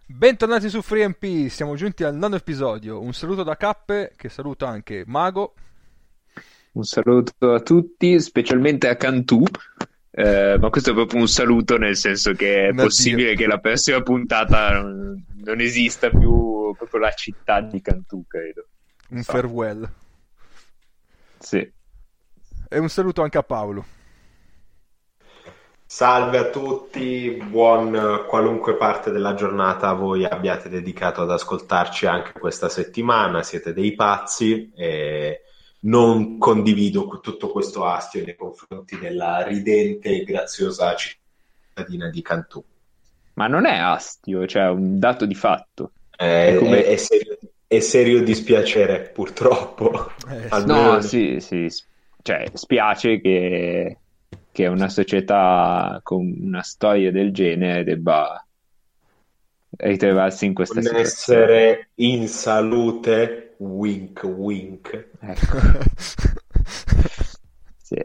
Bentornati su FreeMP, siamo giunti al nono episodio. Un saluto da Cappe, che saluta anche Mago. Un saluto a tutti, specialmente a Cantù, ma questo è proprio un saluto nel senso che è Un addio, possibile che la prossima puntata non esista più proprio la città di Cantù, credo. Non un so. farewell. Sì. E un saluto anche a Paolo. Salve a tutti, buon qualunque parte della giornata voi abbiate dedicato ad ascoltarci anche questa settimana, siete dei pazzi e non condivido tutto questo astio nei confronti della ridente e graziosa cittadina di Cantù. Ma non è astio, cioè è un dato di fatto. È È, come... è serio dispiacere, purtroppo. Sì. No, Almeno sì, sì, cioè spiace che una società con una storia del genere debba ritrovarsi in questa non situazione. essere in salute, wink wink. Ecco. Sì.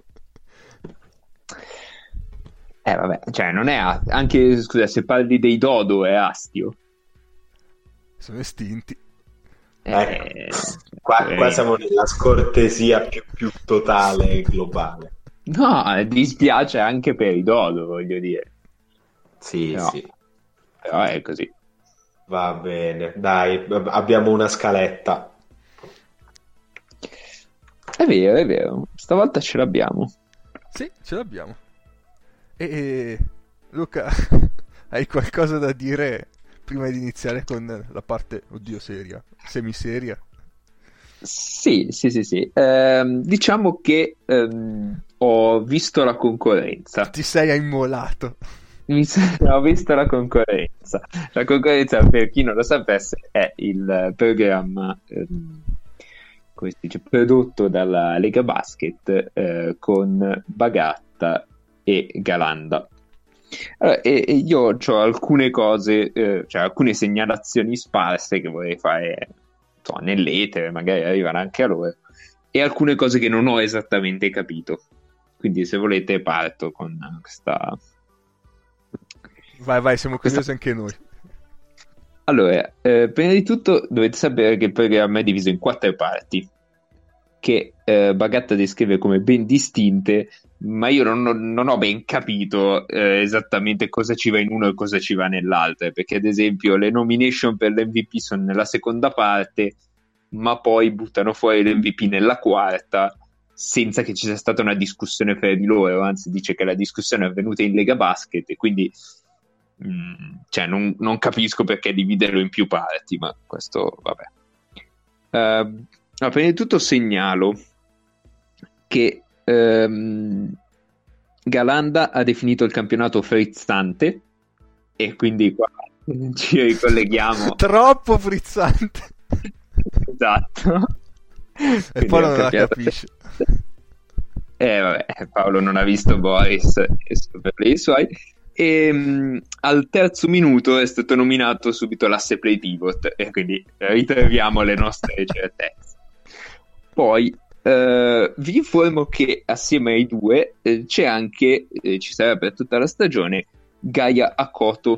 Vabbè, cioè non è anche, scusa, se parli dei dodo è astio. Sono estinti. Ecco, Eh, qua siamo nella scortesia più totale e globale. No, dispiace anche per i dodo, voglio dire. Sì, No, sì, però è così. va bene. Dai, abbiamo una scaletta. È vero, stavolta ce l'abbiamo. Sì, ce l'abbiamo. E Luca, hai qualcosa da dire prima di iniziare con la parte, oddio, seria, semiseria? Sì, sì, sì, sì. Diciamo che ho visto la concorrenza. Ti sei immolato. Ho visto la concorrenza. La concorrenza, per chi non lo sapesse, è il programma come si dice, prodotto dalla Lega Basket con Bagatta e Galanda. Allora, e io ho alcune cose, cioè alcune segnalazioni sparse che vorrei fare insomma, nell'etere, magari arrivano anche a loro, e alcune cose che non ho esattamente capito. Quindi se volete parto con questa... Vai, siamo curiosi anche noi. Allora, prima di tutto dovete sapere che il programma è diviso in 4 parti, che Bagatta descrive come ben distinte, ma io non ho ben capito esattamente cosa ci va in uno e cosa ci va nell'altro, perché ad esempio le nomination per l'MVP sono nella seconda parte, ma poi buttano fuori l'MVP nella quarta, senza che ci sia stata una discussione fra di loro, anzi dice che la discussione è avvenuta in Lega Basket e quindi cioè non capisco perché dividerlo in più parti, ma questo vabbè. Prima di tutto segnalo che Galanda ha definito il campionato frizzante e quindi qua ci ricolleghiamo. Troppo frizzante. Esatto. E Quindi poi è un non la campionato capisce. vabbè, Paolo non ha visto Boris e so per i suoi. E al terzo minuto è stato nominato subito l'asse play pivot e quindi ritroviamo le nostre certezze. Poi vi informo che assieme ai due c'è anche, ci sarà per tutta la stagione, Gaia Akoto,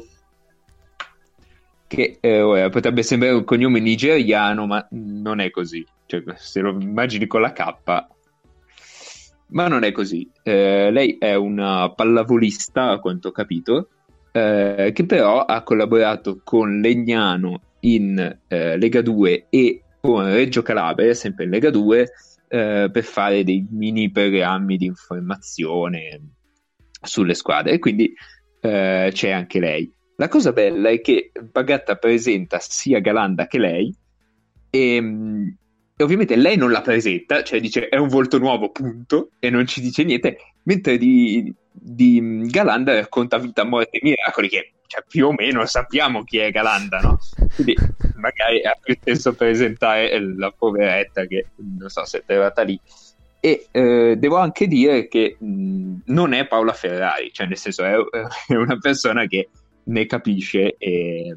che ora potrebbe sembrare un cognome nigeriano, ma non è così. Cioè, se lo immagini con la K, ma non è così. Lei è una pallavolista, a quanto ho capito, che però ha collaborato con Legnano in Lega 2 e con Reggio Calabria, sempre in Lega 2, per fare dei mini programmi di informazione sulle squadre. E quindi c'è anche lei. La cosa bella è che Bagatta presenta sia Galanda che lei e ovviamente lei non la presenta, cioè dice è un volto nuovo, punto, e non ci dice niente, mentre di Galanda racconta vita, morte e miracoli, che cioè, più o meno sappiamo chi è Galanda, no? Quindi magari ha più senso presentare la poveretta che non so se è arrivata lì. E devo anche dire che non è Paola Ferrari, cioè nel senso è una persona che ne capisce e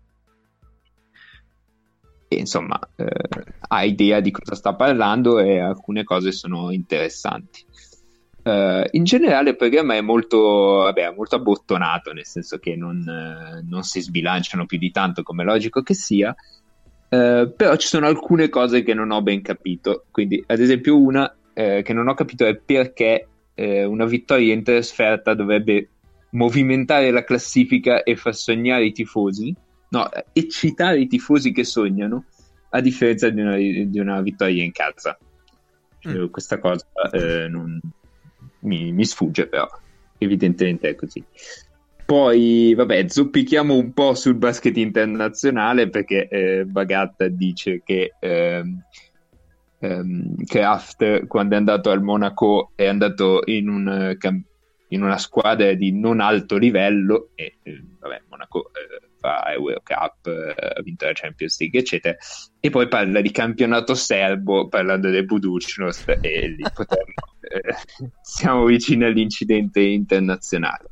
insomma ha idea di cosa sta parlando e alcune cose sono interessanti. In generale il programma è molto abbottonato, nel senso che non si sbilanciano più di tanto, come è logico che sia, però ci sono alcune cose che non ho ben capito. Quindi, ad esempio, una che non ho capito è perché una vittoria in trasferta dovrebbe movimentare la classifica e far sognare i tifosi, no, eccitare i tifosi che sognano, a differenza di una vittoria in casa. Questa cosa non mi sfugge, però evidentemente è così. Poi vabbè, zoppichiamo un po' sul basket internazionale, perché Bagatta dice che Kraft, quando è andato al Monaco, è andato in una squadra di non alto livello, e vabbè, Monaco fa Eurocup, ha vinto la Champions League, eccetera, e poi parla di campionato serbo parlando del Budućnost, e lì siamo vicini all'incidente internazionale.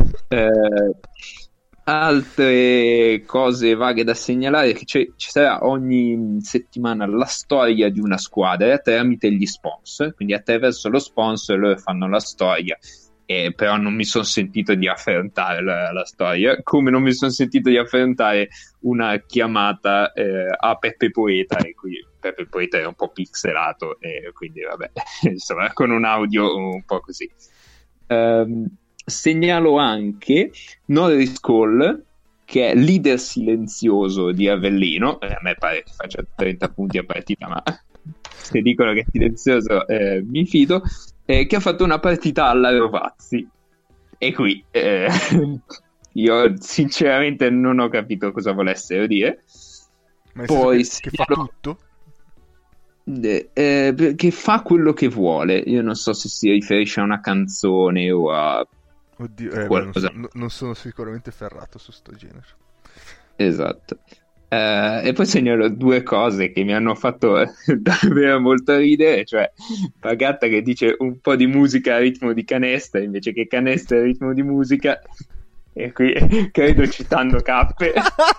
Altre cose vaghe da segnalare, che ci sarà ogni settimana la storia di una squadra tramite gli sponsor, quindi attraverso lo sponsor loro fanno la storia. Però non mi sono sentito di affrontare la storia, come non mi sono sentito di affrontare una chiamata a Peppe Poeta, e qui Peppe Poeta è un po' pixelato, e quindi vabbè, insomma, con un audio un po' così. Segnalo anche Norris Cole, che è leader silenzioso di Avellino. A me pare che faccia 30 punti a partita, ma se dicono che è silenzioso mi fido, che ha fatto una partita alla Rovazzi, e qui io sinceramente non ho capito cosa volessero dire. Ma poi che fa tutto? Che fa quello che vuole. Io non so se si riferisce a una canzone o a qualcosa. Non sono sicuramente ferrato su sto genere. Esatto. E poi segnalo due cose che mi hanno fatto davvero molto ridere, cioè Bagatta che dice un po' di musica a ritmo di canestra invece che canestra a ritmo di musica, e qui credo citando Cappe.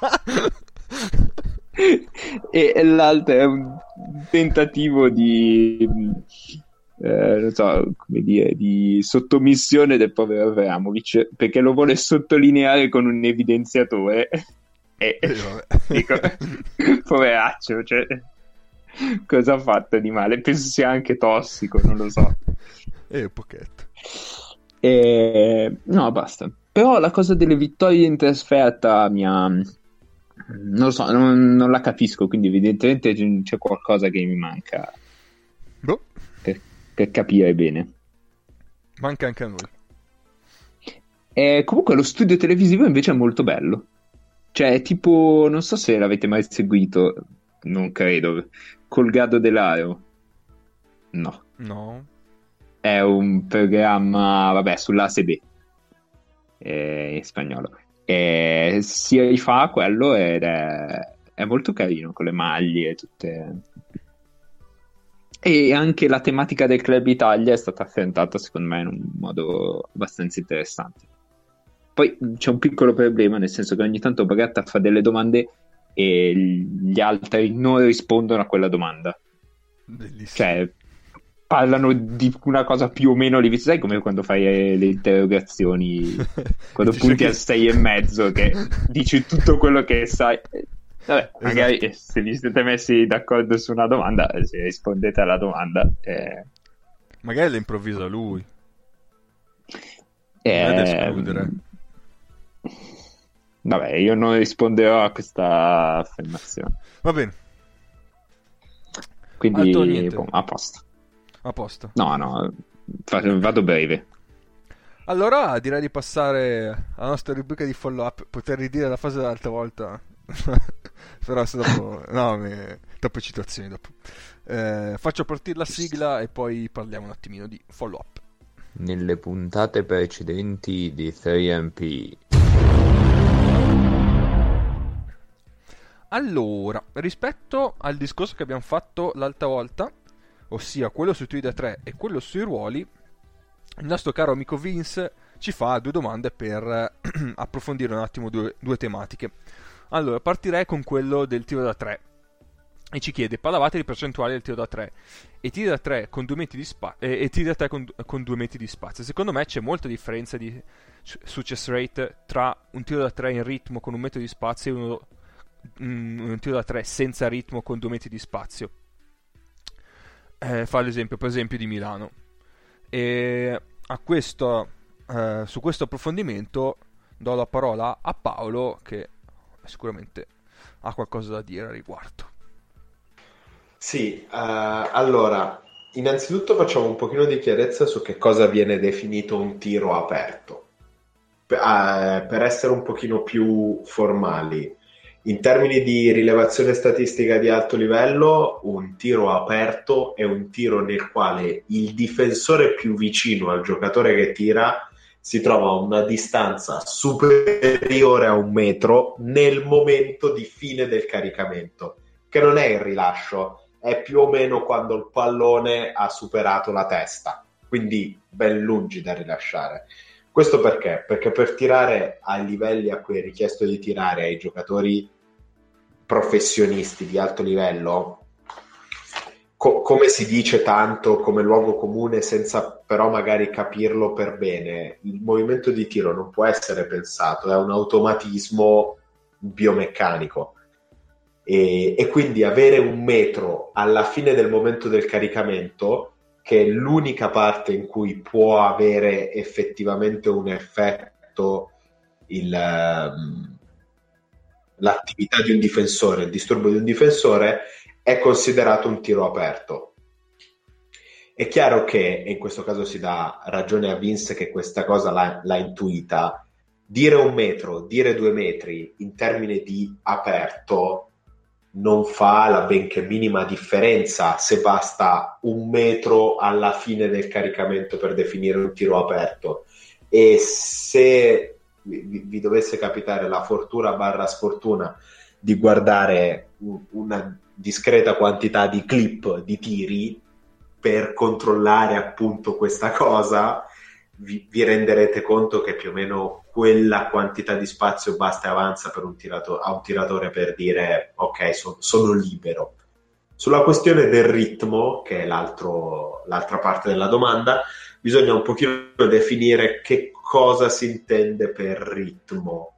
E l'altro è un tentativo di non so come dire, di sottomissione del povero Abramovic, perché lo vuole sottolineare con un evidenziatore. E dico, poveraccio, cioè, cosa ha fatto di male? Penso sia anche tossico, non lo so. Un pochetto. No, basta. Però la cosa delle vittorie in trasferta non lo so, non la capisco, quindi evidentemente c'è qualcosa che mi manca per capire bene. Manca anche a noi. Comunque lo studio televisivo invece è molto bello. Cioè, tipo, non so se l'avete mai seguito, non credo, Colgado dell'Aro. No. È un programma, vabbè, sull'ASB, in spagnolo. Si rifà a quello ed è molto carino, con le maglie tutte. E anche la tematica del Club Italia è stata affrontata, secondo me, in un modo abbastanza interessante. Poi c'è un piccolo problema, nel senso che ogni tanto Bagatta fa delle domande e gli altri non rispondono a quella domanda. Bellissimo. Cioè, parlano di una cosa più o meno lì, sai come quando fai le interrogazioni, quando punti al 6,5 che dici tutto quello che sai. Vabbè, magari se vi siete messi d'accordo su una domanda, se rispondete alla domanda, magari la improvvisa lui. Non è da escludere. Vabbè, io non risponderò a questa affermazione. Va bene. Quindi a posto. A posto. No, vado breve. Allora direi di passare alla nostra rubrica di follow up. Potrei ridire la fase dell'altra volta. Però se dopo troppe citazioni dopo. Faccio partire la sigla e poi parliamo un attimino di follow up. Nelle puntate precedenti di 3MP. Allora, rispetto al discorso che abbiamo fatto l'altra volta, ossia quello su Twitter 3 e quello sui ruoli, il nostro caro amico Vince ci fa due domande per approfondire un attimo due tematiche. Allora, partirei con quello del tiro da 3. e ci chiede parlavate di percentuale del tiro da 3 e tiri da 3 con 2 metri di spazio e tiri da 3 con 2 metri di spazio. Secondo me c'è molta differenza di success rate tra un tiro da 3 in ritmo con 1 metro di spazio e un tiro da 3 senza ritmo con 2 metri di spazio. Fa l'esempio per esempio di Milano, e su questo approfondimento do la parola a Paolo, che sicuramente ha qualcosa da dire a riguardo. Sì, allora, innanzitutto facciamo un pochino di chiarezza su che cosa viene definito un tiro aperto. Per essere un pochino più formali, in termini di rilevazione statistica di alto livello, un tiro aperto è un tiro nel quale il difensore più vicino al giocatore che tira si trova a una distanza superiore a 1 metro nel momento di fine del caricamento, che non è il rilascio, è più o meno quando il pallone ha superato la testa, quindi ben lungi da rilasciare. Questo perché? Perché per tirare ai livelli a cui è richiesto di tirare ai giocatori professionisti di alto livello, come si dice tanto come luogo comune senza però magari capirlo per bene, il movimento di tiro non può essere pensato, è un automatismo biomeccanico. E quindi avere 1 metro alla fine del momento del caricamento, che è l'unica parte in cui può avere effettivamente un effetto l'attività di un difensore, il disturbo di un difensore, è considerato un tiro aperto. È chiaro che, e in questo caso si dà ragione a Vince che questa cosa l'ha intuita, dire 1 metro, dire 2 metri in termini di aperto non fa la benché minima differenza se basta 1 metro alla fine del caricamento per definire un tiro aperto. E se vi dovesse capitare la fortuna / sfortuna di guardare una discreta quantità di clip di tiri per controllare appunto questa cosa, vi renderete conto che più o meno quella quantità di spazio basta e avanza per a un tiratore per dire ok, sono libero. Sulla questione del ritmo, che è l'altra parte della domanda, bisogna un pochino definire che cosa si intende per ritmo.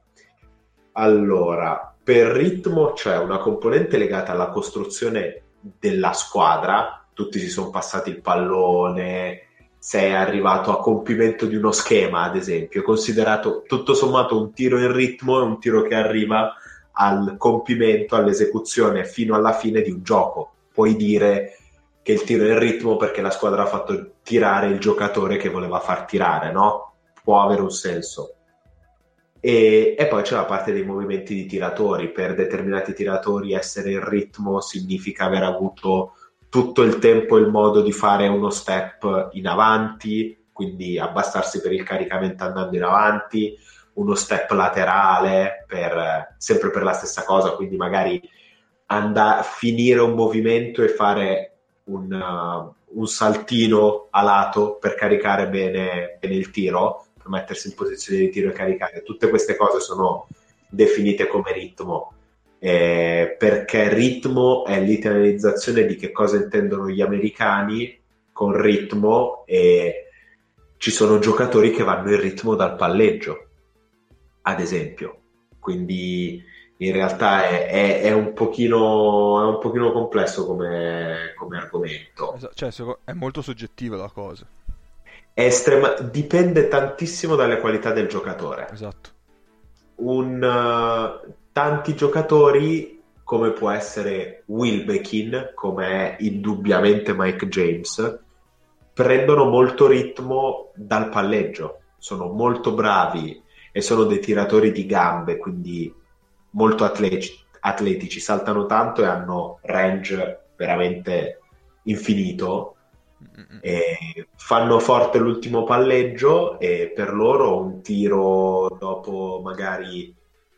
Allora, per ritmo c'è una componente legata alla costruzione della squadra, tutti si sono passati il pallone, sei arrivato a compimento di uno schema, ad esempio, è considerato tutto sommato un tiro in ritmo, è un tiro che arriva al compimento, all'esecuzione fino alla fine di un gioco. Puoi dire che il tiro è in ritmo perché la squadra ha fatto tirare il giocatore che voleva far tirare, no? Può avere un senso. E poi c'è la parte dei movimenti di tiratori. Per determinati tiratori essere in ritmo significa aver avuto tutto il tempo e il modo di fare uno step in avanti, quindi abbassarsi per il caricamento andando in avanti, uno step laterale sempre per la stessa cosa, quindi magari finire un movimento e fare un saltino a lato per caricare bene il tiro, per mettersi in posizione di tiro e caricare. Tutte queste cose sono definite come ritmo. Perché ritmo è l'italianizzazione di che cosa intendono gli americani con ritmo, e ci sono giocatori che vanno in ritmo dal palleggio, ad esempio, quindi in realtà è un pochino complesso come argomento. Cioè, è molto soggettiva la cosa. Dipende tantissimo dalle qualità del giocatore. Esatto. Tanti giocatori, come può essere Wilbekin, come è indubbiamente Mike James, prendono molto ritmo dal palleggio, sono molto bravi e sono dei tiratori di gambe, quindi molto atletici, saltano tanto e hanno range veramente infinito, e fanno forte l'ultimo palleggio, e per loro un tiro dopo magari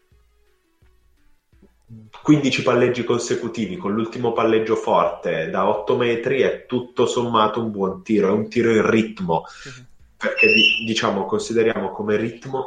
15 palleggi consecutivi con l'ultimo palleggio forte da 8 metri è tutto sommato un buon tiro, è un tiro in ritmo, perché diciamo consideriamo come ritmo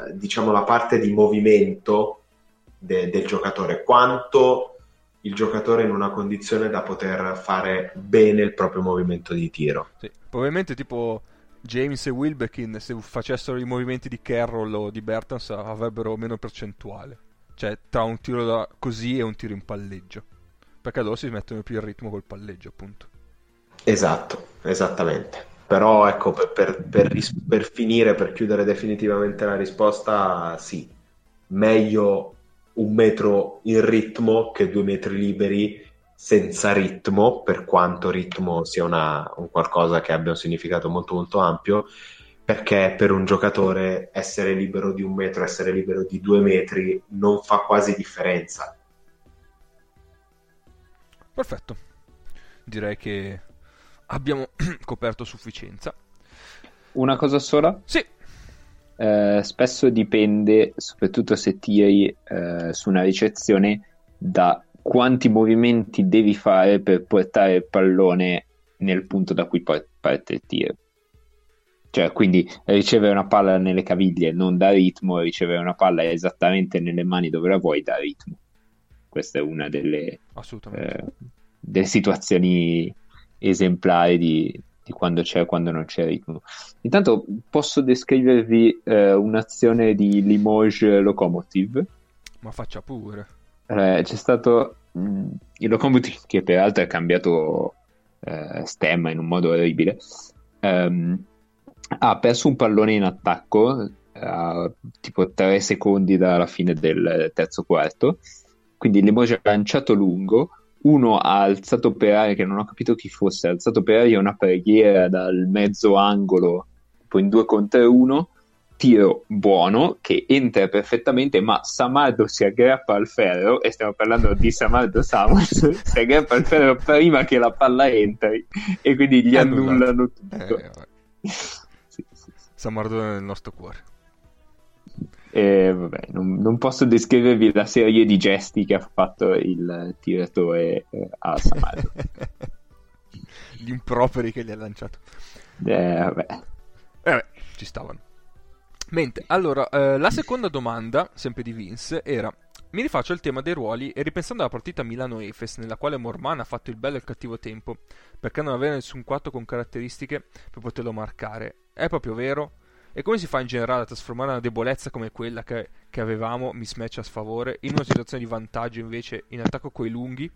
diciamo, la parte di movimento del giocatore, quanto il giocatore è in una condizione da poter fare bene il proprio movimento di tiro. Sì, probabilmente tipo James e Wilbekin, se facessero i movimenti di Carroll o di Bertans, avrebbero meno percentuale, cioè tra un tiro così e un tiro in palleggio, perché loro si mettono più in ritmo col palleggio, appunto. Esatto, esattamente. Però ecco, per finire, per chiudere definitivamente la risposta, sì, meglio 1 metro in ritmo che 2 metri liberi senza ritmo, per quanto ritmo sia un qualcosa che abbia un significato molto molto ampio, perché per un giocatore essere libero di 1 metro, essere libero di 2 metri non fa quasi differenza. Perfetto, direi che abbiamo coperto a sufficienza. Una cosa sola? Sì. Spesso dipende, soprattutto se tiri su una ricezione, da quanti movimenti devi fare per portare il pallone nel punto da cui parte il tiro. Cioè, quindi ricevere una palla nelle caviglie non dà ritmo, ricevere una palla esattamente nelle mani dove la vuoi dà ritmo. Questa è una delle situazioni esemplari di quando c'è e quando non c'è ritmo. Intanto posso descrivervi un'azione di Limoges Lokomotiv. Ma faccia pure. C'è stato il Lokomotiv, che peraltro ha cambiato stemma in un modo orribile, ha perso un pallone in attacco a tipo 3 secondi dalla fine del terzo quarto, quindi Limoges ha lanciato lungo, uno ha alzato per aria, che non ho capito chi fosse, ha alzato per aria una preghiera dal mezzo angolo, tipo in 2 contro 1, tiro buono che entra perfettamente, ma Samardo si aggrappa al ferro, e stiamo parlando di Samardo Samuels, si aggrappa al ferro prima che la palla entri e quindi gli annullano tutto. Sì. Samardo è nel nostro cuore. Vabbè, non posso descrivervi la serie di gesti che ha fatto il tiratore a Samardo. Gli improperi che gli ha lanciato. Vabbè, ci stavano. Mentre, allora, la seconda domanda, sempre di Vince, era: mi rifaccio il tema dei ruoli e ripensando alla partita Milano-Efes, nella quale Morman ha fatto il bello e il cattivo tempo, perché non aveva nessun 4 con caratteristiche per poterlo marcare. È proprio vero? E come si fa in generale a trasformare una debolezza come quella che avevamo, mismatch a sfavore, in una situazione di vantaggio invece in attacco coi lunghi?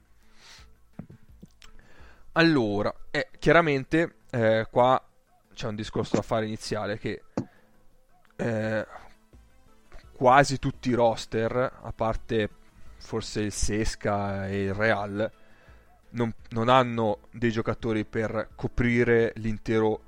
Allora, chiaramente qua c'è un discorso da fare iniziale, che quasi tutti i roster, a parte forse il Sesca e il Real, non hanno dei giocatori per coprire l'intero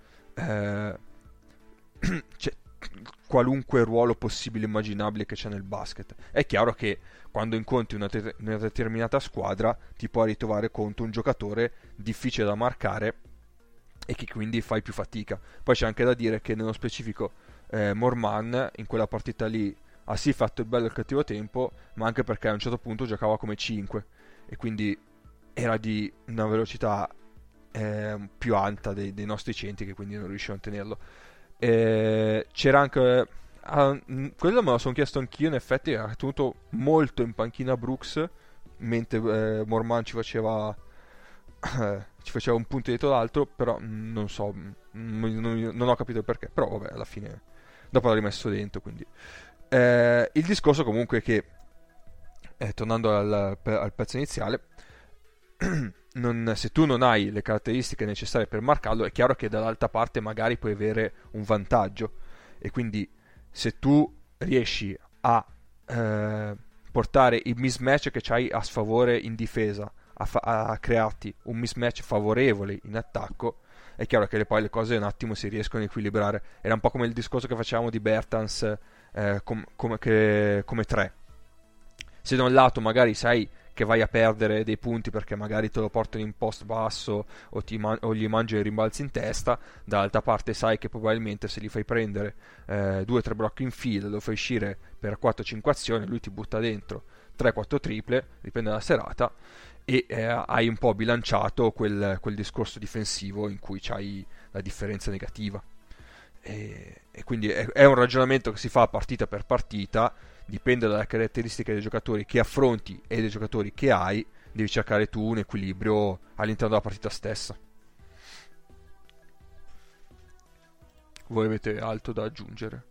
cioè, qualunque ruolo possibile e immaginabile che c'è nel basket. È chiaro che quando incontri una determinata squadra ti puoi ritrovare contro un giocatore difficile da marcare e che quindi fai più fatica. Poi c'è anche da dire che nello specifico Morman in quella partita lì ha sì fatto il bello e il cattivo tempo, ma anche perché a un certo punto giocava come 5 e quindi era di una velocità più alta dei nostri centri, che quindi non riuscivano a tenerlo. C'era anche quello me lo sono chiesto anch'io, in effetti ha tenuto molto in panchina Brooks mentre Morman ci faceva un punto dietro l'altro, però non so, non ho capito il perché, però vabbè, alla fine dopo l'ha rimesso dentro, quindi il discorso comunque è che tornando al pezzo iniziale, se tu non hai le caratteristiche necessarie per marcarlo, è chiaro che dall'altra parte magari puoi avere un vantaggio, e quindi se tu riesci a portare il mismatch che c'hai a sfavore in difesa a crearti un mismatch favorevole in attacco, è chiaro che poi le cose un attimo si riescono a equilibrare. Era un po' come il discorso che facevamo di Bertans come 3. Se da un lato magari sai che vai a perdere dei punti perché magari te lo portano in post basso o gli mangi i rimbalzi in testa, dall'altra parte sai che probabilmente se gli fai prendere 2 o 3 blocchi in fila, lo fai uscire per 4-5 azioni, lui ti butta dentro 3-4 triple, dipende dalla serata, e hai un po' bilanciato quel discorso difensivo in cui c'hai la differenza negativa. e quindi è un ragionamento che si fa partita per partita, dipende dalle caratteristiche dei giocatori che affronti e dei giocatori che hai, devi cercare tu un equilibrio all'interno della partita stessa. Voi avete altro da aggiungere?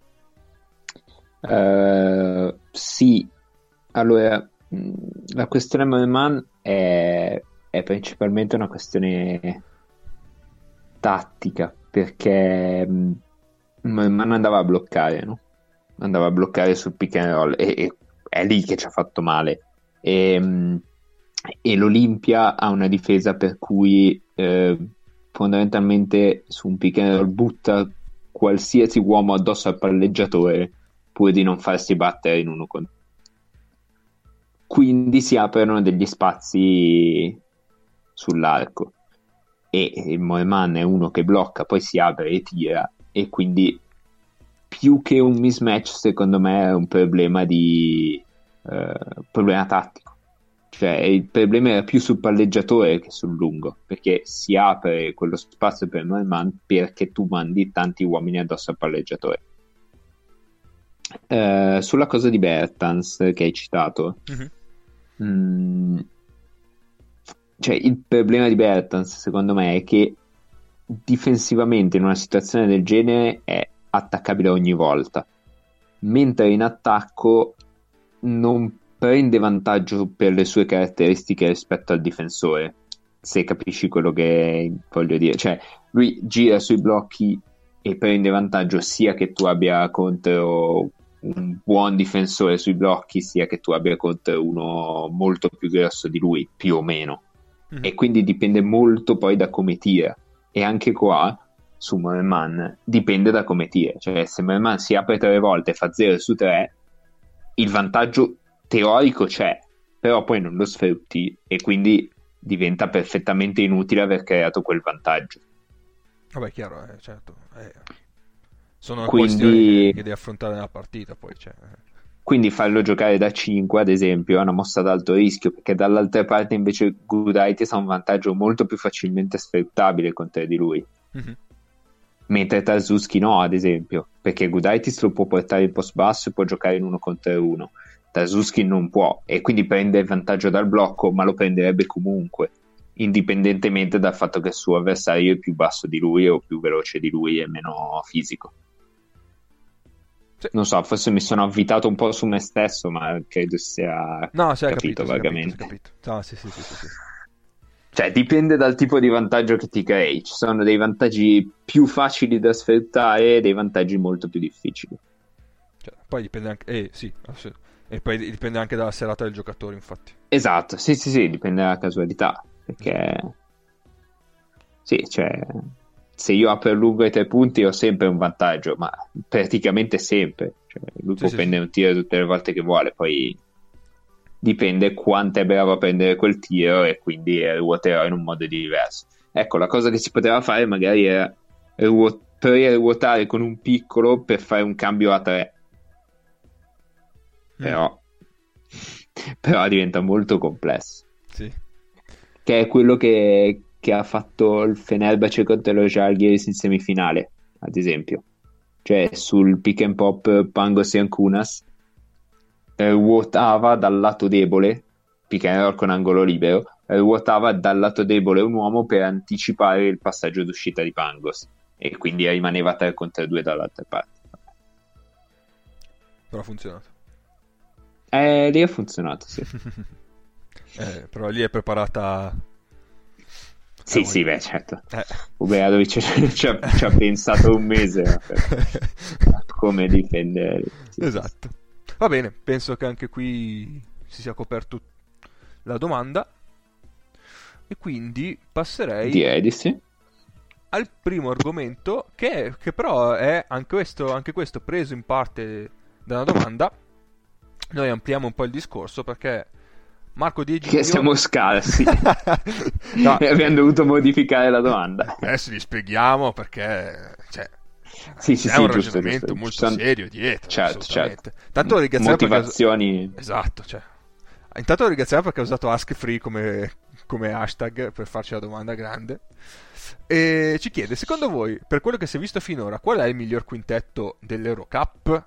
Sì, allora la questione Man è principalmente una questione tattica, perché Man andava a bloccare, no? Andava a bloccare sul pick and roll e è lì che ci ha fatto male. E l'Olimpia ha una difesa per cui fondamentalmente su un pick and roll butta qualsiasi uomo addosso al palleggiatore pur di non farsi battere in uno contro. Quindi si aprono degli spazi sull'arco e il Moerman è uno che blocca, poi si apre e tira, e quindi più che un mismatch secondo me è un problema problema tattico. Cioè il problema era più sul palleggiatore che sul lungo, perché si apre quello spazio per Moerman perché tu mandi tanti uomini addosso al palleggiatore. Sulla cosa di Bertans che hai citato, cioè il problema di Bertans secondo me è che difensivamente in una situazione del genere è attaccabile ogni volta, mentre in attacco non prende vantaggio per le sue caratteristiche rispetto al difensore, se capisci quello che voglio dire. Cioè lui gira sui blocchi e prende vantaggio sia che tu abbia contro un buon difensore sui blocchi, sia che tu abbia contro uno molto più grosso di lui, più o meno. E quindi dipende molto poi da come tira. E anche qua su Moerman dipende da come tira. Cioè se Moerman si apre 3 volte e fa 0 su 3, il vantaggio teorico c'è, però poi non lo sfrutti e quindi diventa perfettamente inutile aver creato quel vantaggio. Vabbè, chiaro, certo. Sono quindi, questioni che devi affrontare nella partita poi, cioè. Quindi farlo giocare da 5 ad esempio è una mossa ad alto rischio, perché dall'altra parte invece Gudaitis ha un vantaggio molto più facilmente sfruttabile contro di lui, mentre Tarzuski no, ad esempio, perché Gudaitis lo può portare in post basso e può giocare in 1 contro 1, Tarzuski non può, e quindi prende il vantaggio dal blocco, ma lo prenderebbe comunque, indipendentemente dal fatto che il suo avversario è più basso di lui o più veloce di lui e meno fisico. Non so, forse mi sono avvitato un po' su me stesso, ma credo sia capito vagamente. Capito. No, sì. Cioè, dipende dal tipo di vantaggio che ti crei. Ci sono dei vantaggi più facili da sfruttare e dei vantaggi molto più difficili. Cioè, poi dipende anche... sì, e poi dipende anche dalla serata del giocatore, infatti. Esatto, sì, dipende dalla casualità. Perché... sì, cioè... se io apro il lungo ai 3 punti ho sempre un vantaggio, ma praticamente sempre. Cioè, lui può prendere un tiro tutte le volte che vuole, poi dipende quanto è bravo a prendere quel tiro e quindi ruoterò in un modo diverso. Ecco, la cosa che si poteva fare magari era ruotare con un piccolo per fare un cambio a 3. Però diventa molto complesso. Sì. Che è quello che ha fatto il Fenerbahce contro lo Žalgiris in semifinale, ad esempio. Cioè sul pick and pop Pangos e Ancunas ruotava dal lato debole, pick and roll con angolo libero, ruotava dal lato debole un uomo per anticipare il passaggio d'uscita di Pangos e quindi rimaneva 3 contro 2 dall'altra parte. Però ha funzionato. Lì ha funzionato, sì. Però lì è preparata... Sì, beh, certo. Obradovic ci ha pensato un mese a come difendere. Sì, esatto. Va bene, penso che anche qui si sia coperto la domanda e quindi passerei direi di sì al primo argomento che però è anche questo preso in parte da una domanda. Noi ampliamo un po' il discorso perché Marco Di Egidio... che siamo scarsi no, e abbiamo dovuto modificare la domanda. Adesso li spieghiamo perché sì, è un giusto, ragionamento molto serio dietro. Certo. Tanto ringraziamo motivazioni esatto, intanto ringraziamo perché ha usato Ask Free come come hashtag per farci la domanda grande, e ci chiede: secondo voi, per quello che si è visto finora, qual è il miglior quintetto dell'Eurocup?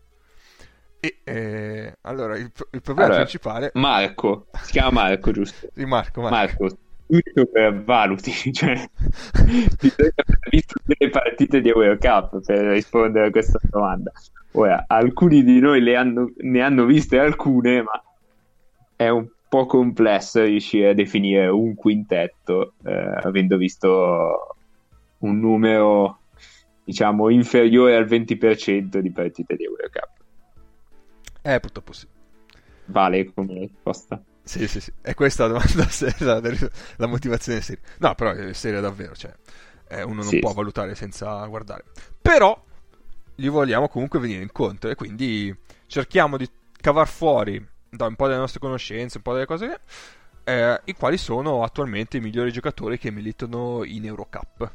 E allora il problema principale, Marco, si chiama Marco, giusto? Sì, Marco. Tutto per valuti, cioè bisogna aver visto delle partite di Eurocup per rispondere a questa domanda. Ora, alcuni di noi ne hanno viste alcune, ma è un po' complesso riuscire a definire un quintetto avendo visto un numero, diciamo, inferiore al 20% di partite di Eurocup. Purtroppo sì. Vale come risposta? Sì, è questa la domanda seria, la motivazione seria. No, però è seria davvero, cioè uno non può valutare senza guardare. Però gli vogliamo comunque venire incontro e quindi cerchiamo di cavar fuori da un po' delle nostre conoscenze, un po' delle cose i quali sono attualmente i migliori giocatori che militano in Eurocup.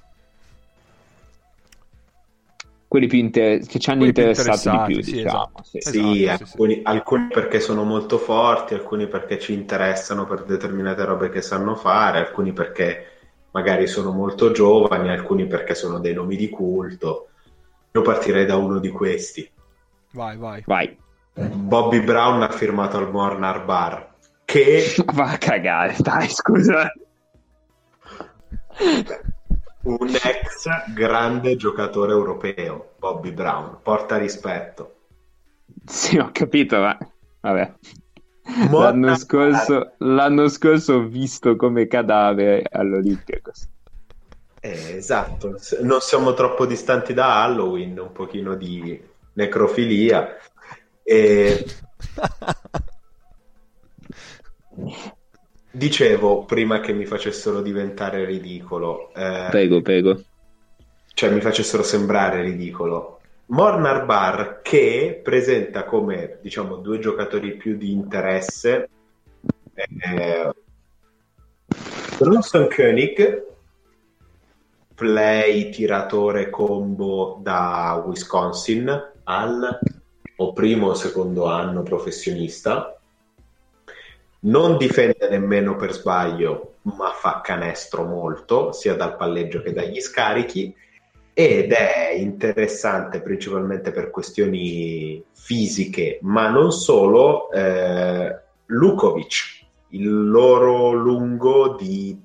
Quelli che ci hanno interessato di più, sì, diciamo. esatto. Sì, alcuni perché sono molto forti, alcuni perché ci interessano per determinate robe che sanno fare, alcuni perché magari sono molto giovani, alcuni perché sono dei nomi di culto. Io partirei da uno di questi. Vai. Bobby Brown ha firmato al Mornar Bar, che va a cagare, dai, scusa. Un ex grande giocatore europeo, Bobby Brown, porta rispetto. Sì, ho capito, ma vabbè. L'anno scorso ho visto come cadavere all'Olimpia. Esatto, non siamo troppo distanti da Halloween, un pochino di necrofilia. Dicevo prima che mi facessero diventare ridicolo, prego, cioè mi facessero sembrare ridicolo. Mornar Bar, che presenta come, diciamo, due giocatori più di interesse Bronson Koenig, play tiratore combo da Wisconsin, al o primo o secondo anno professionista. Non difende nemmeno per sbaglio, ma fa canestro molto, sia dal palleggio che dagli scarichi, ed è interessante principalmente per questioni fisiche, ma non solo. Lukovic, il loro lungo di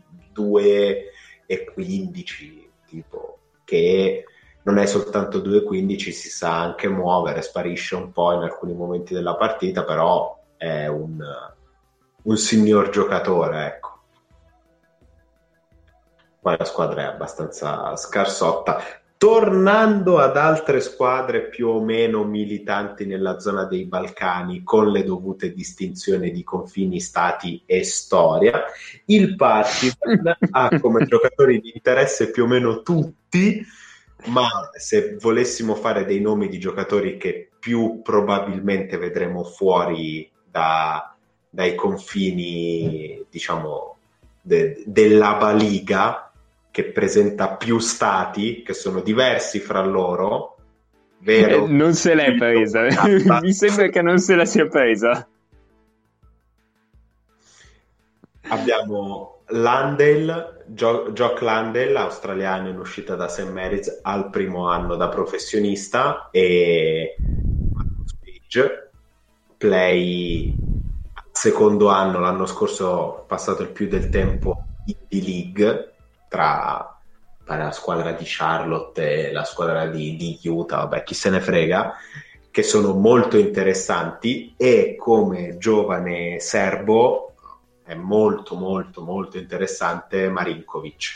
2,15, tipo, che non è soltanto 2,15, si sa anche muovere, sparisce un po' in alcuni momenti della partita, però è un signor giocatore, ecco. Poi la squadra è abbastanza scarsotta. Tornando ad altre squadre più o meno militanti nella zona dei Balcani, con le dovute distinzioni di confini, stati e storia, il Partizan ha come giocatori di interesse più o meno tutti, ma se volessimo fare dei nomi di giocatori che più probabilmente vedremo fuori dai confini, diciamo, dell'ABA Liga, che presenta più stati che sono diversi fra loro, vero? Non se l'è presa. Mi sembra che non se la sia presa. Abbiamo Landale, Jock Landale, australiano in uscita da St. Mary's al primo anno da professionista, e Marcus Page, play secondo anno, l'anno scorso passato il più del tempo in D-League tra la squadra di Charlotte e la squadra di Utah, vabbè, chi se ne frega, che sono molto interessanti. E come giovane serbo è molto molto molto interessante Marinkovic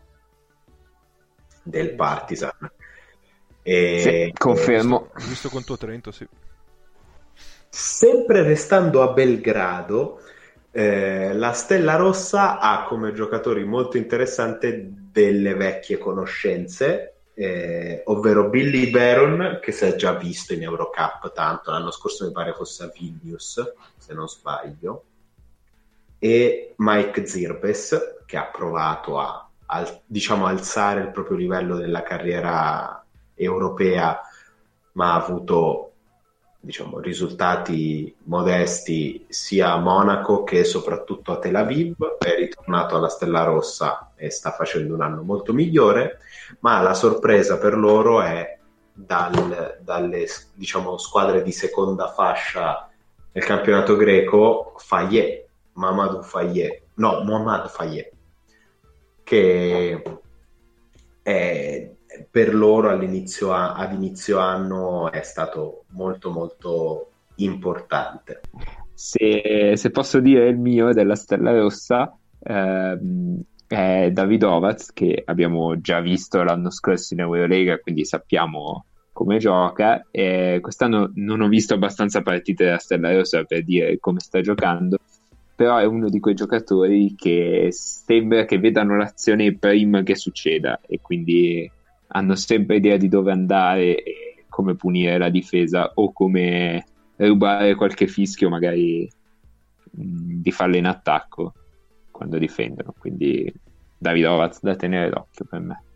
del Partizan. Sì, confermo. Ho visto contro Trento, sì. Sempre restando a Belgrado, la Stella Rossa ha come giocatori molto interessante delle vecchie conoscenze, ovvero Billy Baron, che si è già visto in Eurocup tanto, l'anno scorso mi pare fosse a Vilnius, se non sbaglio, e Mike Zirbes, che ha provato a diciamo alzare il proprio livello nella carriera europea, ma ha avuto diciamo, risultati modesti sia a Monaco che soprattutto a Tel Aviv. È ritornato alla Stella Rossa e sta facendo un anno molto migliore, ma la sorpresa per loro è dalle diciamo, squadre di seconda fascia del campionato greco, Mohamed Fayet, che è, per loro ad inizio anno è stato molto molto importante. Se posso dire il mio della Stella Rossa, è David Ovaz, che abbiamo già visto l'anno scorso in Eurolega, quindi sappiamo come gioca. E quest'anno non ho visto abbastanza partite della Stella Rossa per dire come sta giocando, però è uno di quei giocatori che sembra che vedano l'azione prima che succeda e quindi hanno sempre idea di dove andare e come punire la difesa o come rubare qualche fischio magari di farle in attacco quando difendono. Quindi David Ovaz da tenere d'occhio per me.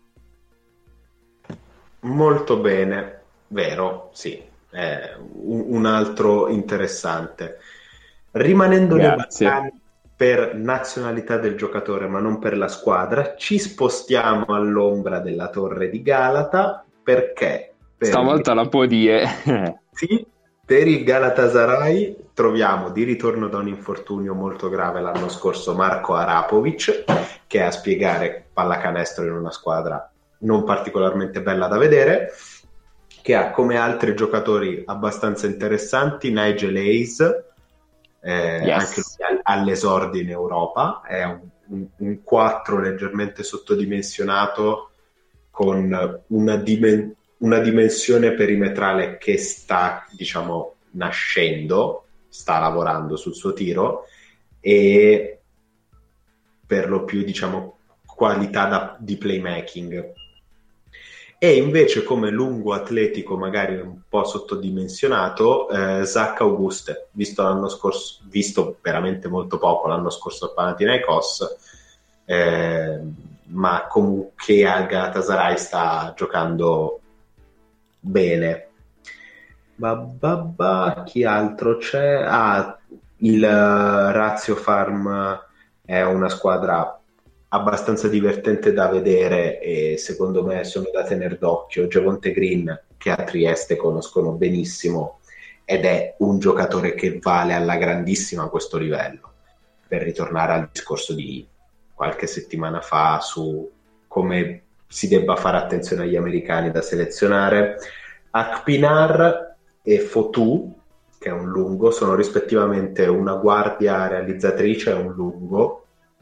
Molto bene, vero, sì, è un altro interessante. Rimanendo nei Grazie. Balcani per nazionalità del giocatore ma non per la squadra, ci spostiamo all'ombra della torre di Galata perché Stavolta la può dire. sì, per il Galatasaray troviamo di ritorno da un infortunio molto grave l'anno scorso Marko Arapovic, che è a spiegare pallacanestro in una squadra non particolarmente bella da vedere, che ha come altri giocatori abbastanza interessanti Nigel Hayes, anche lui all'esordio in Europa, è un 4 leggermente sottodimensionato con una dimensione perimetrale che sta, diciamo, nascendo, sta lavorando sul suo tiro e per lo più, diciamo, qualità di playmaking. E invece come lungo atletico magari un po' sottodimensionato Zach Auguste, visto l'anno scorso, visto veramente molto poco l'anno scorso al Panathinaikos, ma comunque al Galatasaray sta giocando bene. Chi altro c'è? Il Lazio Farm è una squadra abbastanza divertente da vedere e secondo me sono da tenere d'occhio. Javonte Green, che a Trieste conoscono benissimo, ed è un giocatore che vale alla grandissima a questo livello, per ritornare al discorso di qualche settimana fa su come si debba fare attenzione agli americani da selezionare. Akpinar e Fotu, che è un lungo, sono rispettivamente una guardia realizzatrice e un lungo,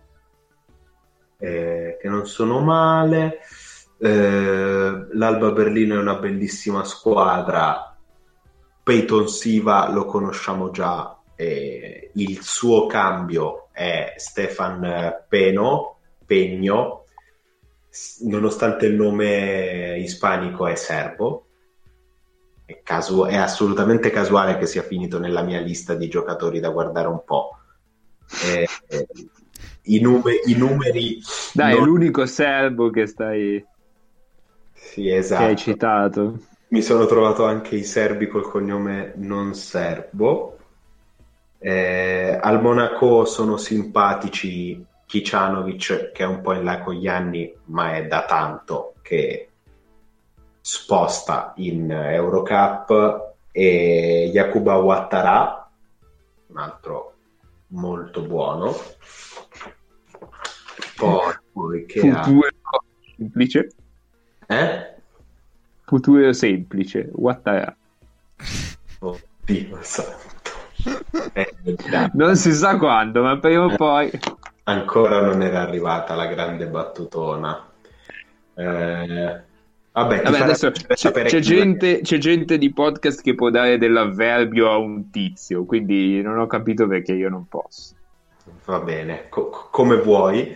che non sono male. L'Alba Berlino è una bellissima squadra. Peyton Siva lo conosciamo già, il suo cambio è Stefan Pegno, nonostante il nome ispanico è serbo. È assolutamente casuale che sia finito nella mia lista di giocatori da guardare un po'. I numeri dai, è l'unico serbo che stai sì, esatto, che hai citato. Mi sono trovato anche i serbi col cognome non serbo. Al Monaco sono simpatici Kicanovic, che è un po' in là con gli anni ma è da tanto che sposta in Eurocup, e Yakuba Ouattara, un altro molto buono. Poi che futuro semplice. Futuro semplice, Ouattara. Oddio santo. Non si sa quando, ma prima o poi. Ancora non era arrivata la grande battutona. Vabbè, adesso c'è gente di podcast che può dare dell'avverbio a un tizio, quindi non ho capito perché io non posso. Va bene, come vuoi.